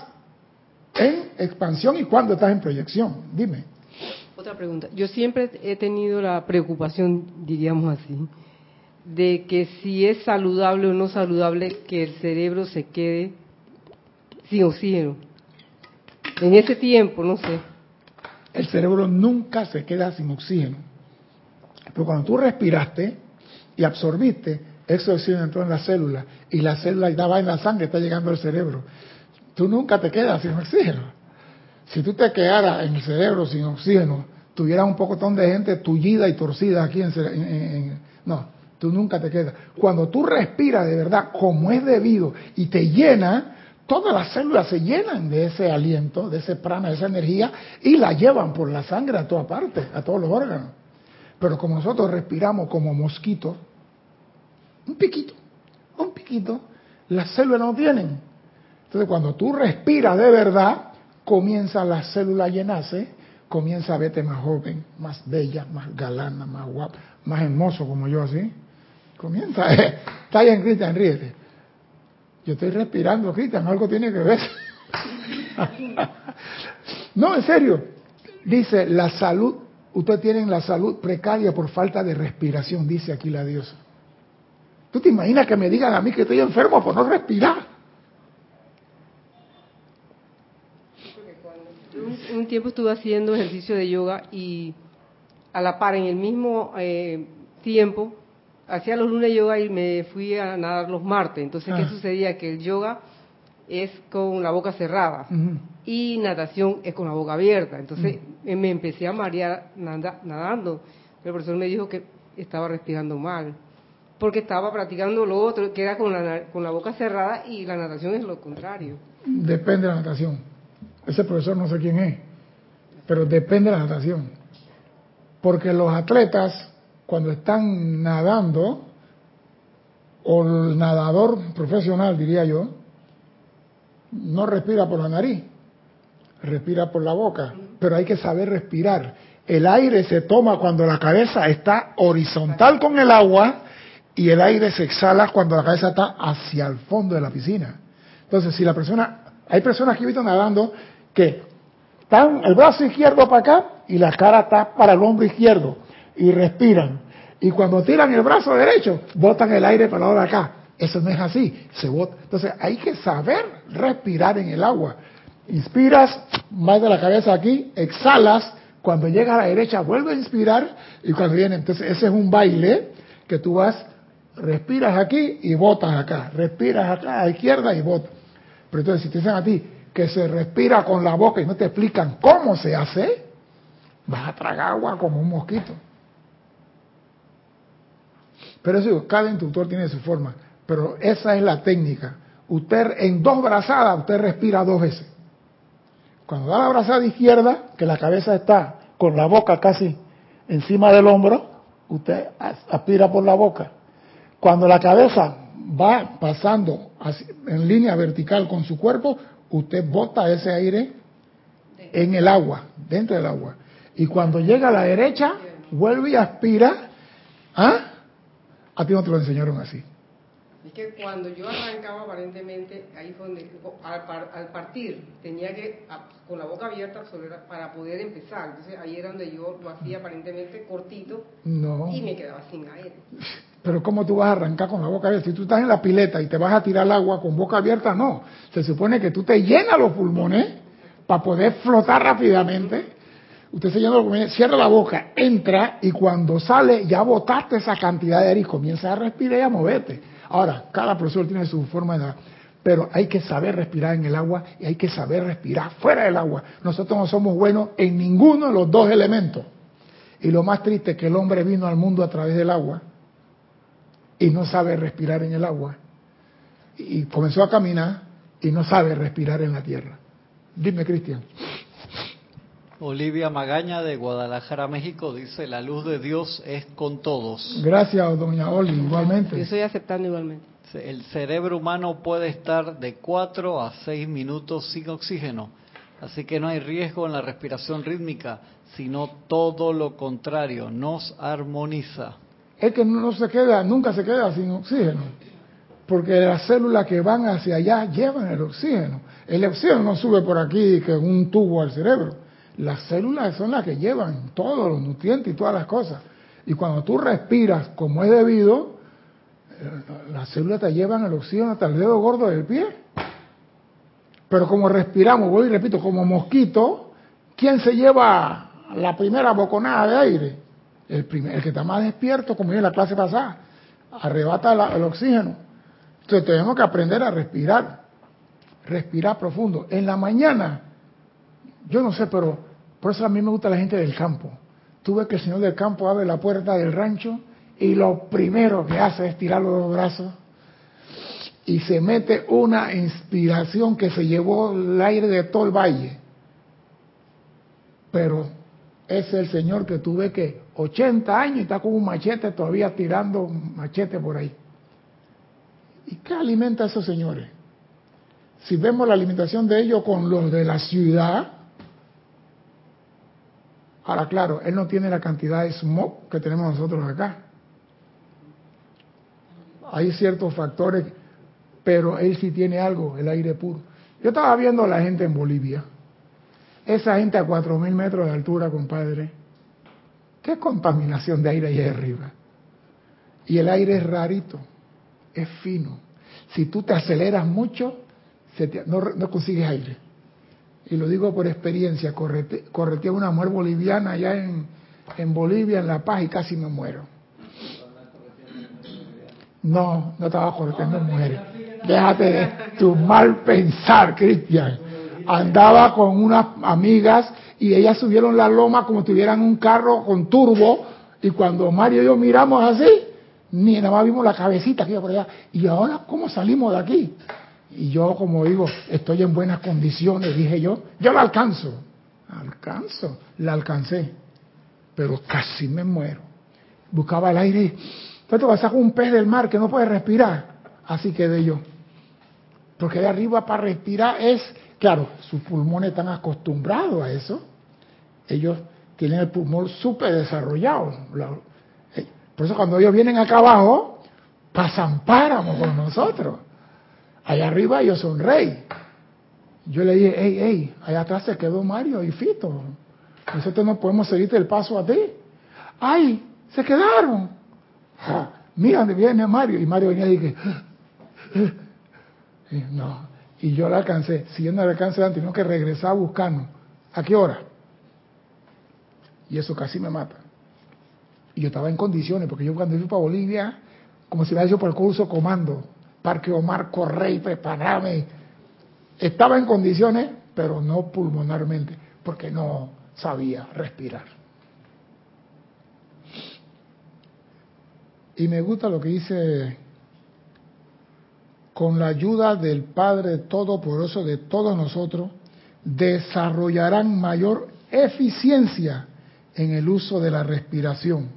en expansión y cuándo estás en proyección. Dime. Otra pregunta. Yo siempre he tenido la preocupación, diríamos así, de que si es saludable o no saludable que el cerebro se quede sin oxígeno. En ese tiempo, no sé. El cerebro nunca se queda sin oxígeno. Pero cuando tú respiraste y absorbiste, ese oxígeno entró en la célula y la célula estaba en la sangre, está llegando al cerebro. Tú nunca te quedas sin oxígeno. Si tú te quedaras en el cerebro sin oxígeno, tuvieras un pocotón de gente tullida y torcida aquí no, tú nunca te quedas. Cuando tú respiras de verdad, como es debido, y te llena, todas las células se llenan de ese aliento, de ese prana, de esa energía, y la llevan por la sangre a todas partes, a todos los órganos. Pero como nosotros respiramos como mosquitos, un piquito, las células no tienen. Entonces cuando tú respiras de verdad, comienza la célula a llenarse, comienza a verte más joven, más bella, más galana, más guapa, más hermoso como yo así. Comienza, está bien, Cristian, ríete. Yo estoy respirando, Cristian, algo tiene que ver. No, en serio. Dice, la salud, ustedes tienen la salud precaria por falta de respiración, dice aquí la diosa. ¿Tú te imaginas que me digan a mí que estoy enfermo por no respirar? un tiempo estuve haciendo ejercicio de yoga y a la par, en el mismo tiempo, hacía los lunes yoga y me fui a nadar los martes. Entonces, ¿qué sucedía? Que el yoga es con la boca cerrada y natación es con la boca abierta. Entonces, me empecé a marear nadando. El profesor me dijo que estaba respirando mal, porque estaba practicando lo otro, que era con la boca cerrada, y la natación es lo contrario. Depende de la natación. Ese profesor no sé quién es, pero depende de la natación. Porque los atletas, cuando están nadando, o el nadador profesional, diría yo, no respira por la nariz, respira por la boca. Pero hay que saber respirar. El aire se toma cuando la cabeza está horizontal con el agua, y el aire se exhala cuando la cabeza está hacia el fondo de la piscina. Entonces, si la persona, hay personas que he visto nadando que están el brazo izquierdo para acá y la cara está para el hombro izquierdo y respiran. Y cuando tiran el brazo derecho, botan el aire para el lado de acá. Eso no es así, se bota. Entonces, hay que saber respirar en el agua. Inspiras, más de la cabeza aquí, exhalas, cuando llega a la derecha vuelve a inspirar y cuando viene, entonces ese es un baile que tú vas, respiras aquí y botas acá, respiras acá a la izquierda y botas. Pero entonces si te dicen a ti que se respira con la boca y no te explican cómo se hace, vas a tragar agua como un mosquito. Pero eso, cada instructor tiene su forma, pero esa es la técnica. Usted en 2 brazadas, usted respira 2 veces. Cuando da la brazada izquierda, que la cabeza está con la boca casi encima del hombro, usted aspira por la boca. Cuando la cabeza va pasando en línea vertical con su cuerpo, usted bota ese aire en el agua, dentro del agua. Y cuando llega a la derecha, vuelve y aspira. ¿Ah? A ti no te lo enseñaron así. Es que cuando yo arrancaba, aparentemente, ahí fue donde, al partir, tenía que, con la boca abierta, para poder empezar. Entonces, ahí era donde yo lo hacía aparentemente cortito, no. Y me quedaba sin aire. Pero ¿cómo tú vas a arrancar con la boca abierta? Si tú estás en la pileta y te vas a tirar al agua con boca abierta, no. Se supone que tú te llenas los pulmones para poder flotar rápidamente. Usted se llena los pulmones, cierra la boca, entra y cuando sale ya botaste esa cantidad de aire y comienza a respirar y a moverte. Ahora, cada profesor tiene su forma de dar, pero hay que saber respirar en el agua y hay que saber respirar fuera del agua. Nosotros no somos buenos en ninguno de los 2 elementos. Y lo más triste es que el hombre vino al mundo a través del agua y no sabe respirar en el agua. Y comenzó a caminar y no sabe respirar en la tierra. Dime, Cristian. Olivia Magaña de Guadalajara, México, dice: la luz de Dios es con todos. Gracias, doña Oli, igualmente. Yo estoy aceptando igualmente. El cerebro humano puede estar de 4 a 6 minutos sin oxígeno, así que no hay riesgo en la respiración rítmica, sino todo lo contrario, nos armoniza. Es que no se queda, nunca se queda sin oxígeno, porque las células que van hacia allá llevan el oxígeno. El oxígeno no sube por aquí que un tubo al cerebro. Las células son las que llevan todos los nutrientes y todas las cosas. Y cuando tú respiras como es debido, las células te llevan el oxígeno hasta el dedo gordo del pie. Pero como respiramos, voy y repito, como mosquito, ¿quién se lleva la primera boconada de aire? El que está más despierto, como en la clase pasada, arrebata el oxígeno. Entonces tenemos que aprender a respirar profundo. En la mañana, yo no sé, pero por eso a mí me gusta la gente del campo. Tú ves que el señor del campo abre la puerta del rancho y lo primero que hace es tirar los 2 brazos y se mete una inspiración que se llevó el aire de todo el valle. Pero es el señor que tú ves que 80 años y está con un machete todavía tirando machete por ahí. ¿Y qué alimenta a esos señores? Si vemos la alimentación de ellos con los de la ciudad, ahora claro, él no tiene la cantidad de smog que tenemos nosotros acá. Hay ciertos factores, pero él sí tiene algo, el aire puro. Yo estaba viendo a la gente en Bolivia. Esa gente a 4.000 metros de altura, compadre. ¿Qué contaminación de aire hay ahí arriba? Y el aire es rarito, es fino. Si tú te aceleras mucho, no consigues aire. y lo digo por experiencia, correteé a una mujer boliviana allá en Bolivia, en La Paz, y casi me muero. No estaba correteando mujeres. Déjate de tu mal pensar, Cristian. Andaba con unas amigas y ellas subieron la loma como si tuvieran un carro con turbo, y cuando Mario y yo miramos así, ni nada más vimos la cabecita que iba por allá. Y ahora, ¿cómo salimos de aquí? Y yo, como digo, estoy en buenas condiciones, dije yo la alcanzo. La alcancé, pero casi me muero. Buscaba el aire, esto saco un pez del mar que no puede respirar, así quedé yo. Porque de arriba para respirar es, claro, sus pulmones están acostumbrados a eso. Ellos tienen el pulmón súper desarrollado. Por eso cuando ellos vienen acá abajo, pasan páramo con nosotros. Allá arriba ellos son rey. Yo le dije, hey, allá atrás se quedó Mario y Fito. Nosotros no podemos seguirte el paso a ti. ¡Ay! ¡Se quedaron! Mira dónde viene Mario. Y Mario venía y dije, no. Y yo la alcancé. Si yo no la alcancé antes, tengo que regresar a buscarnos. ¿A qué hora? Y eso casi me mata. Y yo estaba en condiciones, porque yo cuando fui para Bolivia, como si hubiera hecho por el curso comando, Parque Omar, correr y prepararme. Estaba en condiciones, pero no pulmonarmente, porque no sabía respirar. Y me gusta lo que dice, con la ayuda del Padre Todopoderoso de todos nosotros, desarrollarán mayor eficiencia en el uso de la respiración,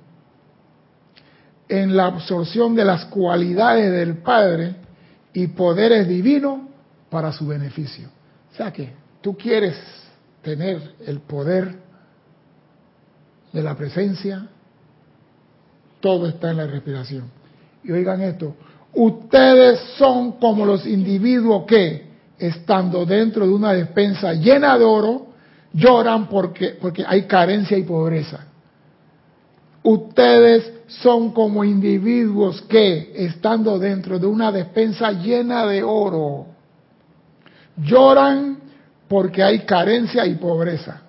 en la absorción de las cualidades del Padre y poderes divinos para su beneficio. O sea que tú quieres tener el poder de la presencia, todo está en la respiración. Y oigan esto, ustedes son como los individuos que, estando dentro de una despensa llena de oro, lloran porque hay carencia y pobreza. Ustedes son como individuos que, estando dentro de una despensa llena de oro, lloran porque hay carencia y pobreza.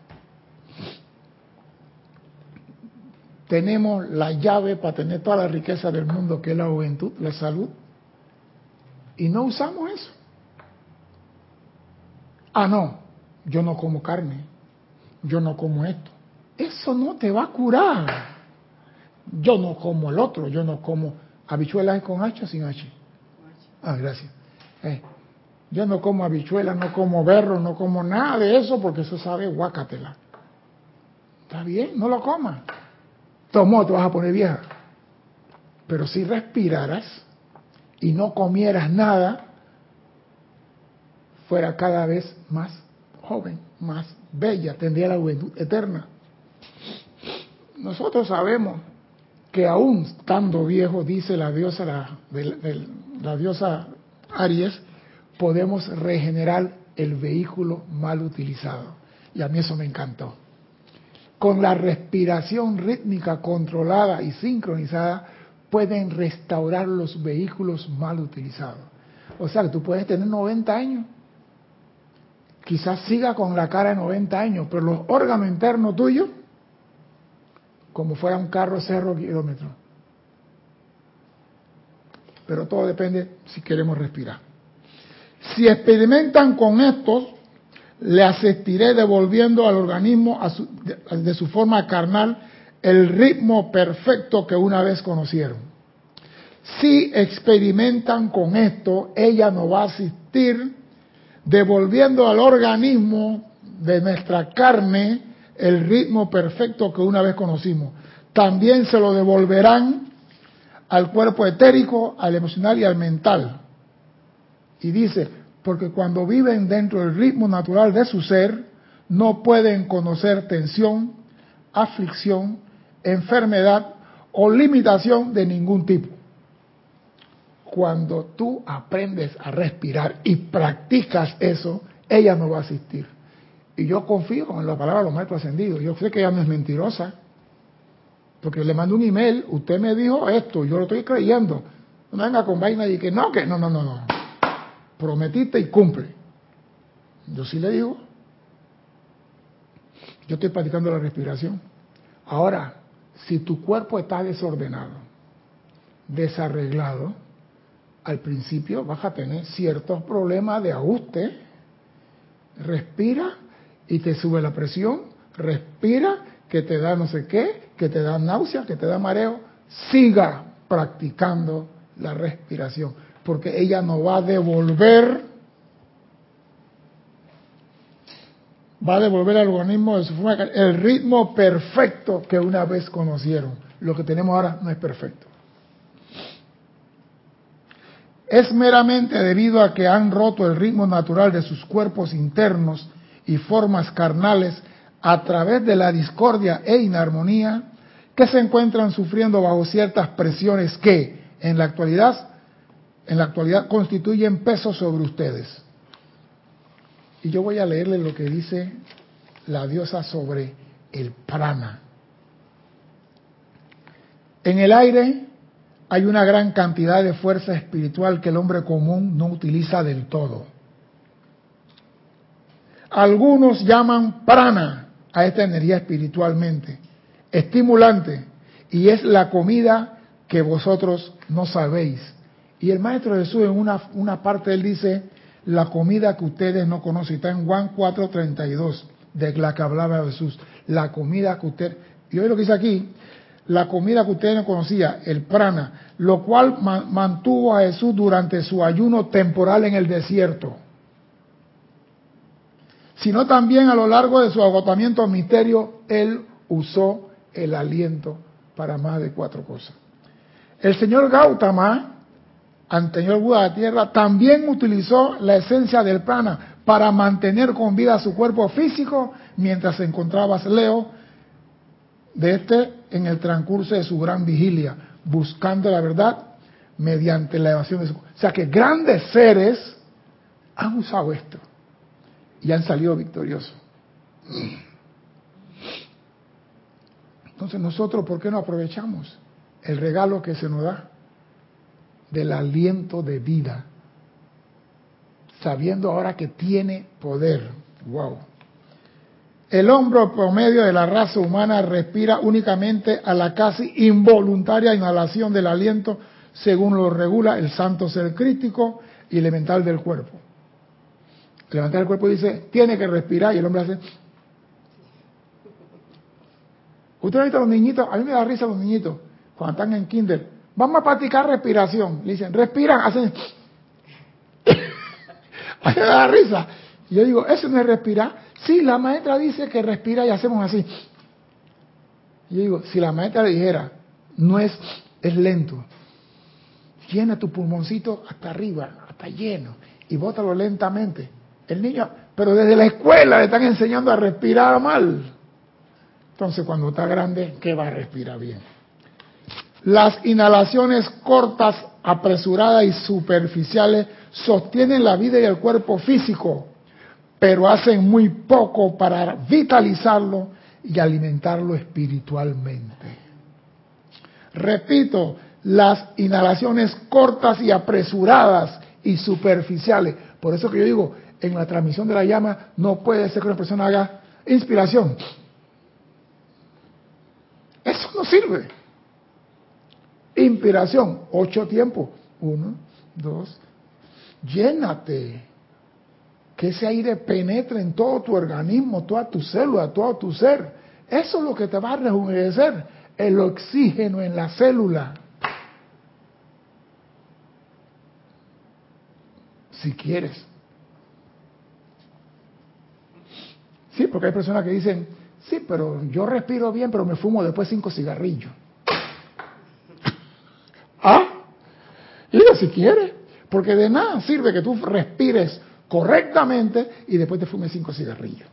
Tenemos la llave para tener toda la riqueza del mundo, que es la juventud, la salud, y no usamos eso. No, yo no como carne, yo no como esto. Eso no te va a curar. Yo no como el otro, yo no como habichuelas con H o sin H. Gracias. Yo no como habichuelas, no como berro, no como nada de eso, porque eso sabe guácatela. Está bien, no lo comas. Tomó, te vas a poner vieja. Pero si respiraras y no comieras nada, fuera cada vez más joven, más bella, tendría la juventud eterna. Nosotros sabemos que aún estando viejo, dice la diosa, la diosa Aries, podemos regenerar el vehículo mal utilizado. Y a mí eso me encantó. Con la respiración rítmica controlada y sincronizada, pueden restaurar los vehículos mal utilizados. O sea, que tú puedes tener 90 años, quizás siga con la cara de 90 años, pero los órganos internos tuyos, como fuera un carro 0 kilómetros. Pero todo depende si queremos respirar. Si experimentan con estos, le asistiré devolviendo al organismo de su forma carnal el ritmo perfecto que una vez conocieron. Si experimentan con esto, ella nos va a asistir devolviendo al organismo de nuestra carne el ritmo perfecto que una vez conocimos. También se lo devolverán al cuerpo etérico, al emocional y al mental. Y dice, porque cuando viven dentro del ritmo natural de su ser, no pueden conocer tensión, aflicción, enfermedad o limitación de ningún tipo. Cuando tú aprendes a respirar y practicas eso, ella no va a asistir. Y yo confío en la palabra de los maestros ascendidos. Yo sé que ella no es mentirosa. Porque le mando un email, usted me dijo esto, yo lo estoy creyendo. No venga con vaina y que no. Prometiste y cumple. Yo sí le digo, Yo estoy practicando la respiración. Ahora, si tu cuerpo está desordenado, desarreglado, al principio vas a tener ciertos problemas de ajuste. Respira y te sube la presión. Respira que te da no sé qué, que te da náusea, que te da mareo. Siga practicando la respiración, porque ella nos va a devolver al organismo de su forma, el ritmo perfecto que una vez conocieron. Lo que tenemos ahora no es perfecto. Es meramente debido a que han roto el ritmo natural de sus cuerpos internos y formas carnales a través de la discordia e inarmonía que se encuentran sufriendo bajo ciertas presiones que en la actualidad constituyen peso sobre ustedes. Y yo voy a leerle lo que dice la diosa sobre el prana. En el aire hay una gran cantidad de fuerza espiritual que el hombre común no utiliza del todo. Algunos llaman prana a esta energía espiritualmente estimulante, y es la comida que vosotros no sabéis. Y el Maestro Jesús en una parte él dice, la comida que ustedes no conocen, está en Juan 4:32, de la que hablaba Jesús, la comida que usted, y hoy lo que dice aquí, la comida que ustedes no conocían, el prana, lo cual mantuvo a Jesús durante su ayuno temporal en el desierto, sino también a lo largo de su agotamiento misterio, él usó el aliento para más de 4 cosas. El señor Gautama, anterior Buda de la Tierra, también utilizó la esencia del prana para mantener con vida su cuerpo físico mientras se encontraba lejos de en el transcurso de su gran vigilia, buscando la verdad mediante la evasión de su... O sea que grandes seres han usado esto y han salido victoriosos. Entonces nosotros, ¿por qué no aprovechamos el regalo que se nos da del aliento de vida, sabiendo ahora que tiene poder? ¡Wow! El hombre promedio de la raza humana respira únicamente a la casi involuntaria inhalación del aliento, según lo regula el santo ser crítico y elemental del cuerpo. El elemental del cuerpo dice, tiene que respirar, y el hombre hace... Usted ha visto a los niñitos, a mí me da risa los niñitos, cuando están en kinder, vamos a practicar respiración, le dicen, respiran, hacen... a mí me da risa. Y yo digo, eso no es respirar. Sí, la maestra dice que respira y hacemos así. Y yo digo, si la maestra le dijera, no es lento, llena tu pulmoncito hasta arriba, hasta lleno, y bótalo lentamente. El niño, pero desde la escuela le están enseñando a respirar mal. Entonces, cuando está grande, ¿qué va a respirar bien? Las inhalaciones cortas, apresuradas y superficiales sostienen la vida y el cuerpo físico, pero hacen muy poco para vitalizarlo y alimentarlo espiritualmente. Repito, las inhalaciones cortas y apresuradas y superficiales. Por eso que yo digo, en la transmisión de la llama no puede ser que una persona haga inspiración. Eso no sirve. Inspiración, 8 tiempos. 1, 2, llénate. Que ese aire penetre en todo tu organismo, toda tu célula, todo tu ser. Eso es lo que te va a rejuvenecer, el oxígeno en la célula. Si quieres. Sí, porque hay personas que dicen, sí, pero yo respiro bien, pero me fumo después 5 cigarrillos. ¿Ah? Y digo, si quieres, porque de nada sirve que tú respires correctamente y después te fumes 5 cigarrillos.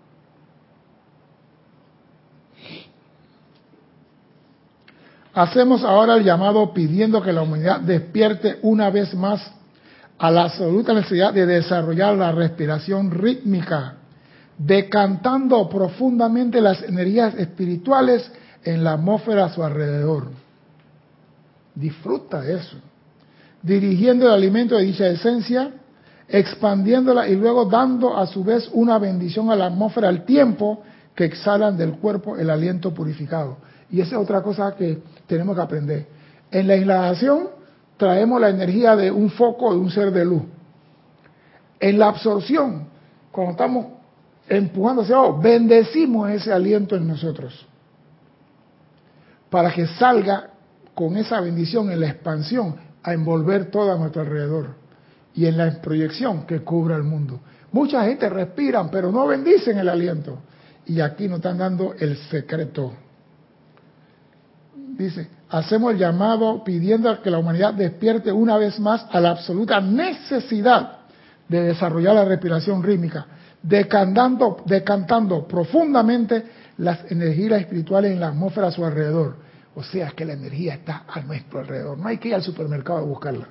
Hacemos ahora el llamado pidiendo que la humanidad despierte una vez más a la absoluta necesidad de desarrollar la respiración rítmica, decantando profundamente las energías espirituales en la atmósfera a su alrededor. Disfruta de eso. Dirigiendo el alimento de dicha esencia, expandiéndola y luego dando a su vez una bendición a la atmósfera al tiempo que exhalan del cuerpo el aliento purificado. Y esa es otra cosa que tenemos que aprender. En la inhalación traemos la energía de un foco, de un ser de luz. En la absorción, cuando estamos empujando hacia abajo, bendecimos ese aliento en nosotros, para que salga con esa bendición en la expansión a envolver todo a nuestro alrededor, y en la proyección que cubra el mundo. Mucha gente respiran, pero no bendicen el aliento. Y aquí nos están dando el secreto. Dice, hacemos el llamado pidiendo que la humanidad despierte una vez más a la absoluta necesidad de desarrollar la respiración rítmica, decantando profundamente las energías espirituales en la atmósfera a su alrededor. O sea que la energía está a nuestro alrededor, no hay que ir al supermercado a buscarla.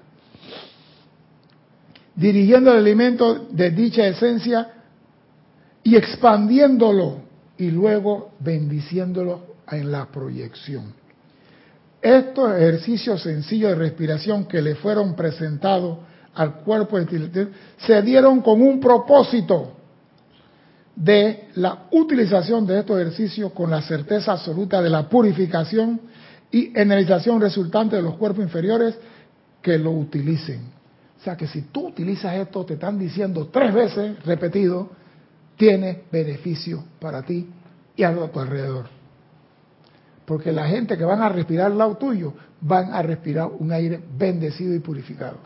Dirigiendo el alimento de dicha esencia y expandiéndolo y luego bendiciéndolo en la proyección. Estos ejercicios sencillos de respiración que le fueron presentados al cuerpo se dieron con un propósito de la utilización de estos ejercicios con la certeza absoluta de la purificación y energización resultante de los cuerpos inferiores que lo utilicen. O sea que si tú utilizas esto, te están diciendo 3 veces repetido, tiene beneficio para ti y a tu alrededor. Porque la gente que van a respirar al lado tuyo, van a respirar un aire bendecido y purificado.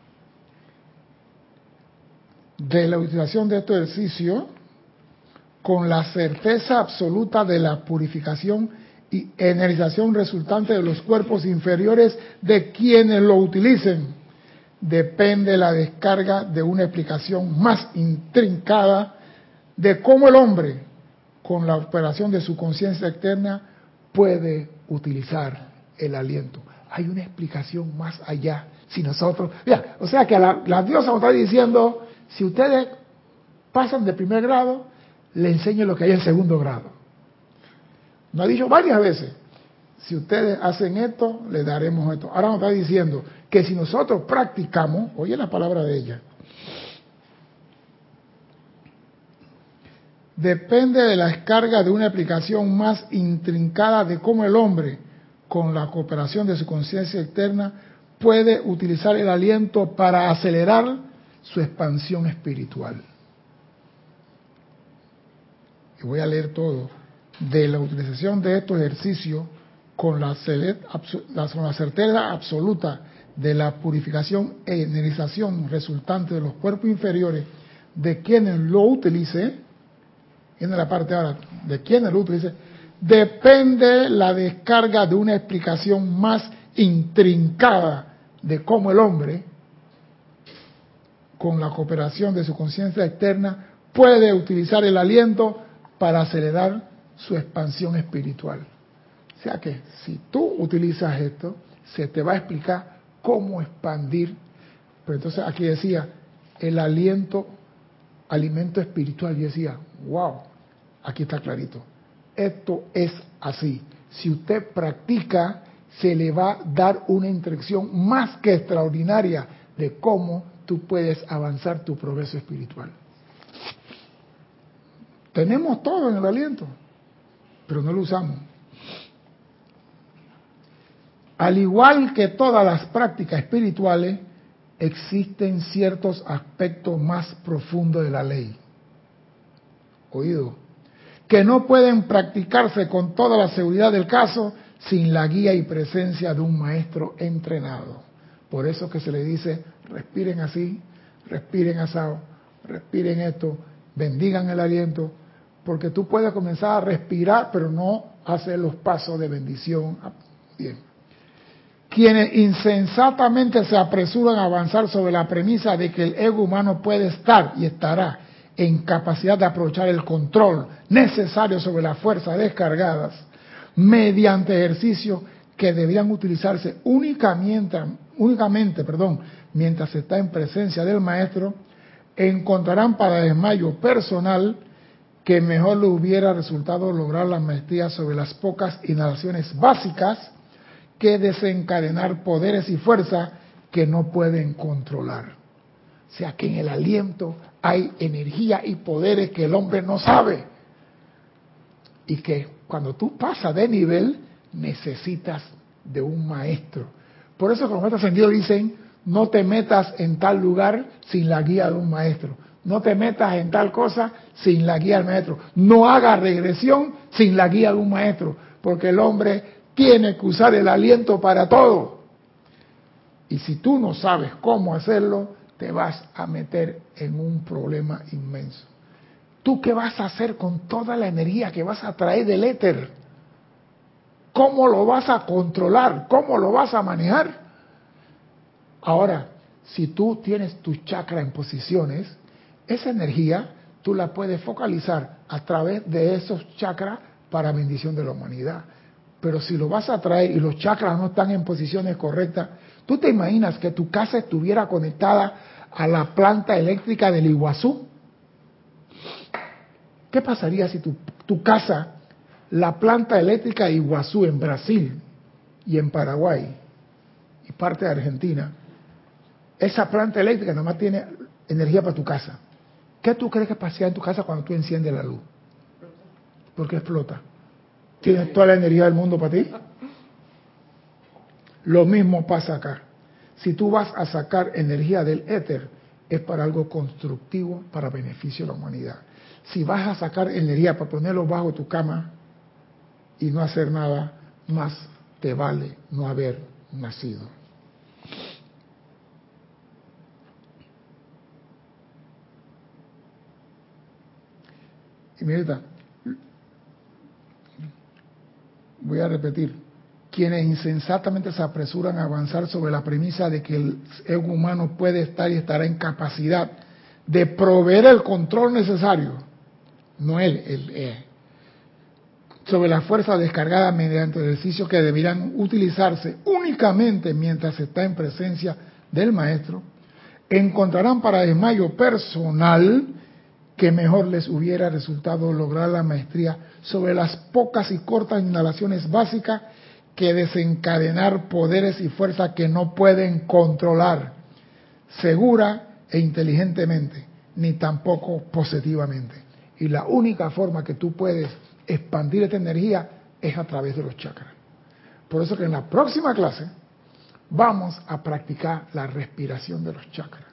De la utilización de este ejercicio, con la certeza absoluta de la purificación y energización resultante de los cuerpos inferiores de quienes lo utilicen, depende la descarga de una explicación más intrincada de cómo el hombre, con la operación de su conciencia externa, puede utilizar el aliento. Hay una explicación más allá. Si nosotros, mira, o sea que la diosa nos está diciendo, si ustedes pasan de primer grado, le enseño lo que hay en segundo grado. Nos ha dicho varias veces, si ustedes hacen esto, les daremos esto. Ahora nos está diciendo que si nosotros practicamos, oye la palabra de ella, depende de la descarga de una explicación más intrincada de cómo el hombre, con la cooperación de su conciencia externa, puede utilizar el aliento para acelerar su expansión espiritual. Y voy a leer todo. De la utilización de estos ejercicios con la certeza absoluta de la purificación e energización resultante de los cuerpos inferiores de quienes lo utilicen, en la parte ahora, de quienes lo utilicen, depende la descarga de una explicación más intrincada de cómo el hombre, con la cooperación de su conciencia externa, puede utilizar el aliento para acelerar su expansión espiritual. O sea que si tú utilizas esto, se te va a explicar cómo expandir. Pero entonces aquí decía, el aliento, alimento espiritual. Yo decía, wow, aquí está clarito. Esto es así. Si usted practica, se le va a dar una instrucción más que extraordinaria de cómo tú puedes avanzar tu progreso espiritual. Tenemos todo en el aliento, pero no lo usamos. Al igual que todas las prácticas espirituales, existen ciertos aspectos más profundos de la ley. Oído, que no pueden practicarse con toda la seguridad del caso sin la guía y presencia de un maestro entrenado. Por eso que se le dice, respiren así, respiren asado, respiren esto, bendigan el aliento, porque tú puedes comenzar a respirar, pero no hacer los pasos de bendición. Bien. Quienes insensatamente se apresuran a avanzar sobre la premisa de que el ego humano puede estar y estará en capacidad de aprovechar el control necesario sobre las fuerzas descargadas mediante ejercicios que deberían utilizarse únicamente, mientras se está en presencia del maestro, encontrarán para desmayo personal que mejor le hubiera resultado lograr la maestría sobre las pocas inhalaciones básicas que desencadenar poderes y fuerzas que no pueden controlar. O sea que en el aliento hay energía y poderes que el hombre no sabe. Y que cuando tú pasas de nivel, necesitas de un maestro. Por eso que los maestros ascendidos dicen, no te metas en tal lugar sin la guía de un maestro. No te metas en tal cosa sin la guía del maestro. No hagas regresión sin la guía de un maestro. Porque el hombre tiene que usar el aliento para todo. Y si tú no sabes cómo hacerlo, te vas a meter en un problema inmenso. ¿Tú qué vas a hacer con toda la energía que vas a traer del éter? ¿Cómo lo vas a controlar? ¿Cómo lo vas a manejar? Ahora, si tú tienes tu chakra en posiciones, esa energía tú la puedes focalizar a través de esos chakras para bendición de la humanidad. Pero si lo vas a traer y los chakras no están en posiciones correctas, ¿tú te imaginas que tu casa estuviera conectada a la planta eléctrica del Iguazú? ¿Qué pasaría si tu casa, la planta eléctrica de Iguazú en Brasil y en Paraguay y parte de Argentina, esa planta eléctrica nada más tiene energía para tu casa? ¿Qué tú crees que pasa en tu casa cuando tú enciendes la luz? Porque explota. ¿Tienes toda la energía del mundo para ti? Lo mismo pasa acá. Si tú vas a sacar energía del éter, es para algo constructivo, para beneficio de la humanidad. Si vas a sacar energía para ponerlo bajo tu cama y no hacer nada, más te vale no haber nacido. Y mira, voy a repetir, quienes insensatamente se apresuran a avanzar sobre la premisa de que el ego humano puede estar y estará en capacidad de proveer el control necesario, no sobre la fuerza descargada mediante ejercicios que deberán utilizarse únicamente mientras se está en presencia del maestro, encontrarán para desmayo personal que mejor les hubiera resultado lograr la maestría sobre las pocas y cortas inhalaciones básicas que desencadenar poderes y fuerzas que no pueden controlar, segura e inteligentemente, ni tampoco positivamente. Y la única forma que tú puedes expandir esta energía es a través de los chakras. Por eso que en la próxima clase vamos a practicar la respiración de los chakras.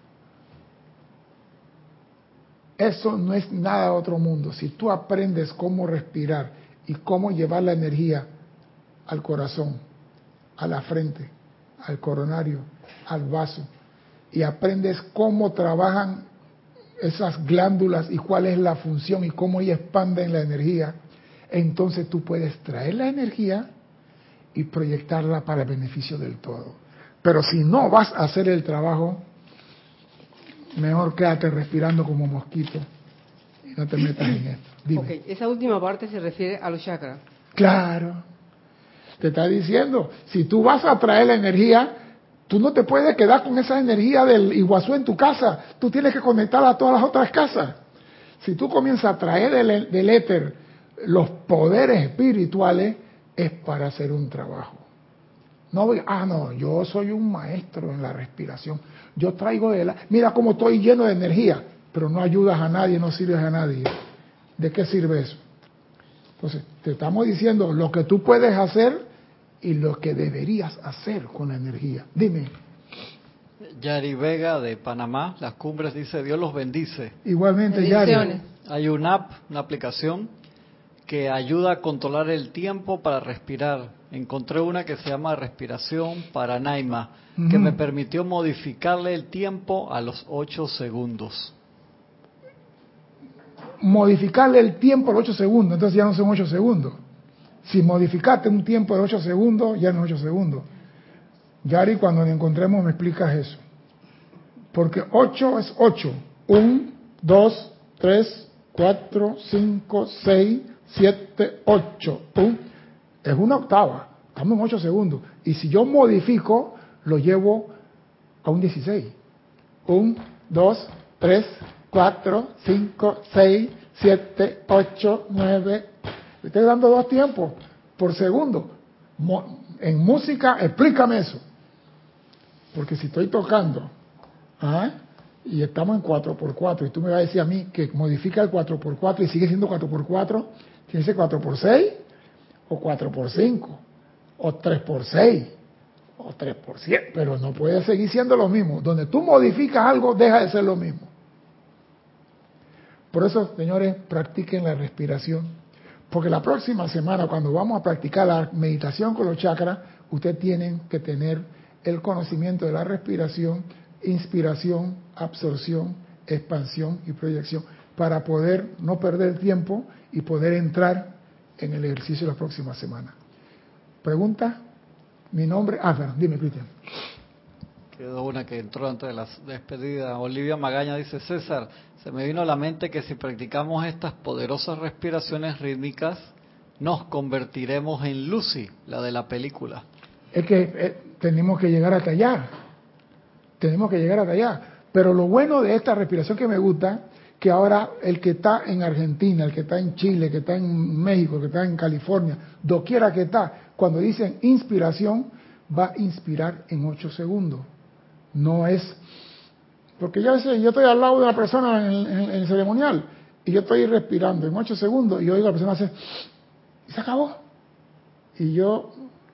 Eso no es nada de otro mundo. Si tú aprendes cómo respirar y cómo llevar la energía al corazón, a la frente, al coronario, al vaso, y aprendes cómo trabajan esas glándulas y cuál es la función y cómo ellas expanden la energía, entonces tú puedes traer la energía y proyectarla para el beneficio del todo. Pero si no vas a hacer el trabajo, mejor quédate respirando como mosquito y no te metas en esto. Dime. Ok, esa última parte se refiere a los chakras. Claro. Te está diciendo, si tú vas a traer la energía, tú no te puedes quedar con esa energía del Iguazú en tu casa. Tú tienes que conectarla a todas las otras casas. Si tú comienzas a traer del éter los poderes espirituales, es para hacer un trabajo. No, yo soy un maestro en la respiración. Yo traigo mira cómo estoy lleno de energía, pero no ayudas a nadie, no sirves a nadie. ¿De qué sirve eso? Entonces, te estamos diciendo lo que tú puedes hacer y lo que deberías hacer con la energía. Dime. Yari Vega de Panamá, Las Cumbres, dice: Dios los bendice. Igualmente, Yari. Hay una app, una aplicación que ayuda a controlar el tiempo para respirar. Encontré una que se llama Respiración para Naima, que me permitió modificarle el tiempo a los 8 segundos. Modificarle el tiempo a los 8 segundos, entonces ya no son 8 segundos. Si modificaste un tiempo de 8 segundos, ya no es 8 segundos. Yari, cuando nos encontremos me explicas eso. Porque 8 es 8. 1, 2, 3, 4, 5, 6, 7, 8. Es una octava. Estamos en 8 segundos. Y si yo modifico, lo llevo a un 16. 1, 2, 3, 4, 5, 6, 7, 8, 9. Le estoy dando 2 tiempos por segundo. En música, explícame eso. Porque si estoy tocando y estamos en 4x4, y tú me vas a decir a mí que modifica el 4x4 y sigue siendo 4x4, tiene que ser 4x6, o 4x5, o 3x6, o 3x7, pero no puede seguir siendo lo mismo. Donde tú modificas algo, deja de ser lo mismo. Por eso, señores, practiquen la respiración, porque la próxima semana, cuando vamos a practicar la meditación con los chakras, ustedes tienen que tener el conocimiento de la respiración, inspiración, absorción, expansión y proyección, para poder no perder tiempo y poder entrar en el ejercicio la próxima semana. ¿Pregunta? Mi nombre... dime, Cristian. Quedó una que entró antes de la despedida. Olivia Magaña dice, César, se me vino a la mente que si practicamos estas poderosas respiraciones rítmicas, nos convertiremos en Lucy, la de la película. Es que tenemos que llegar hasta allá. Tenemos que llegar hasta allá. Pero lo bueno de esta respiración que me gusta, que ahora el que está en Argentina, el que está en Chile, el que está en México, el que está en California, doquiera que está, cuando dicen inspiración, va a inspirar en 8 segundos. No es... Porque yo estoy al lado de una persona en el ceremonial y yo estoy respirando en 8 segundos y oigo a la persona hacer... Y se acabó. Y yo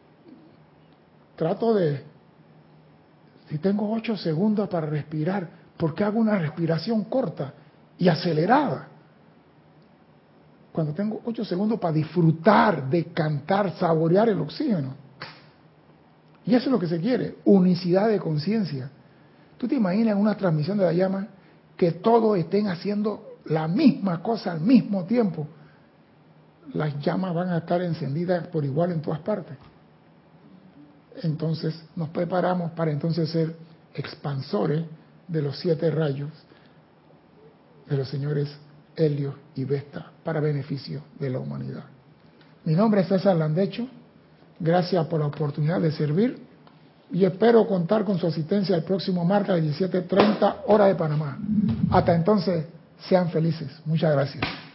trato de... Si tengo 8 segundos para respirar, ¿por qué hago una respiración corta y acelerada? Cuando tengo 8 segundos para disfrutar, de cantar, saborear el oxígeno. Y eso es lo que se quiere, unicidad de conciencia. ¿Tú te imaginas una transmisión de la llama que todos estén haciendo la misma cosa al mismo tiempo? Las llamas van a estar encendidas por igual en todas partes. Entonces nos preparamos para entonces ser expansores de los 7 rayos de los señores Helio y Vesta para beneficio de la humanidad. Mi nombre es César Landecho. Gracias por la oportunidad de servir y espero contar con su asistencia el próximo martes a las 17:30 hora de Panamá. Hasta entonces, sean felices. Muchas gracias.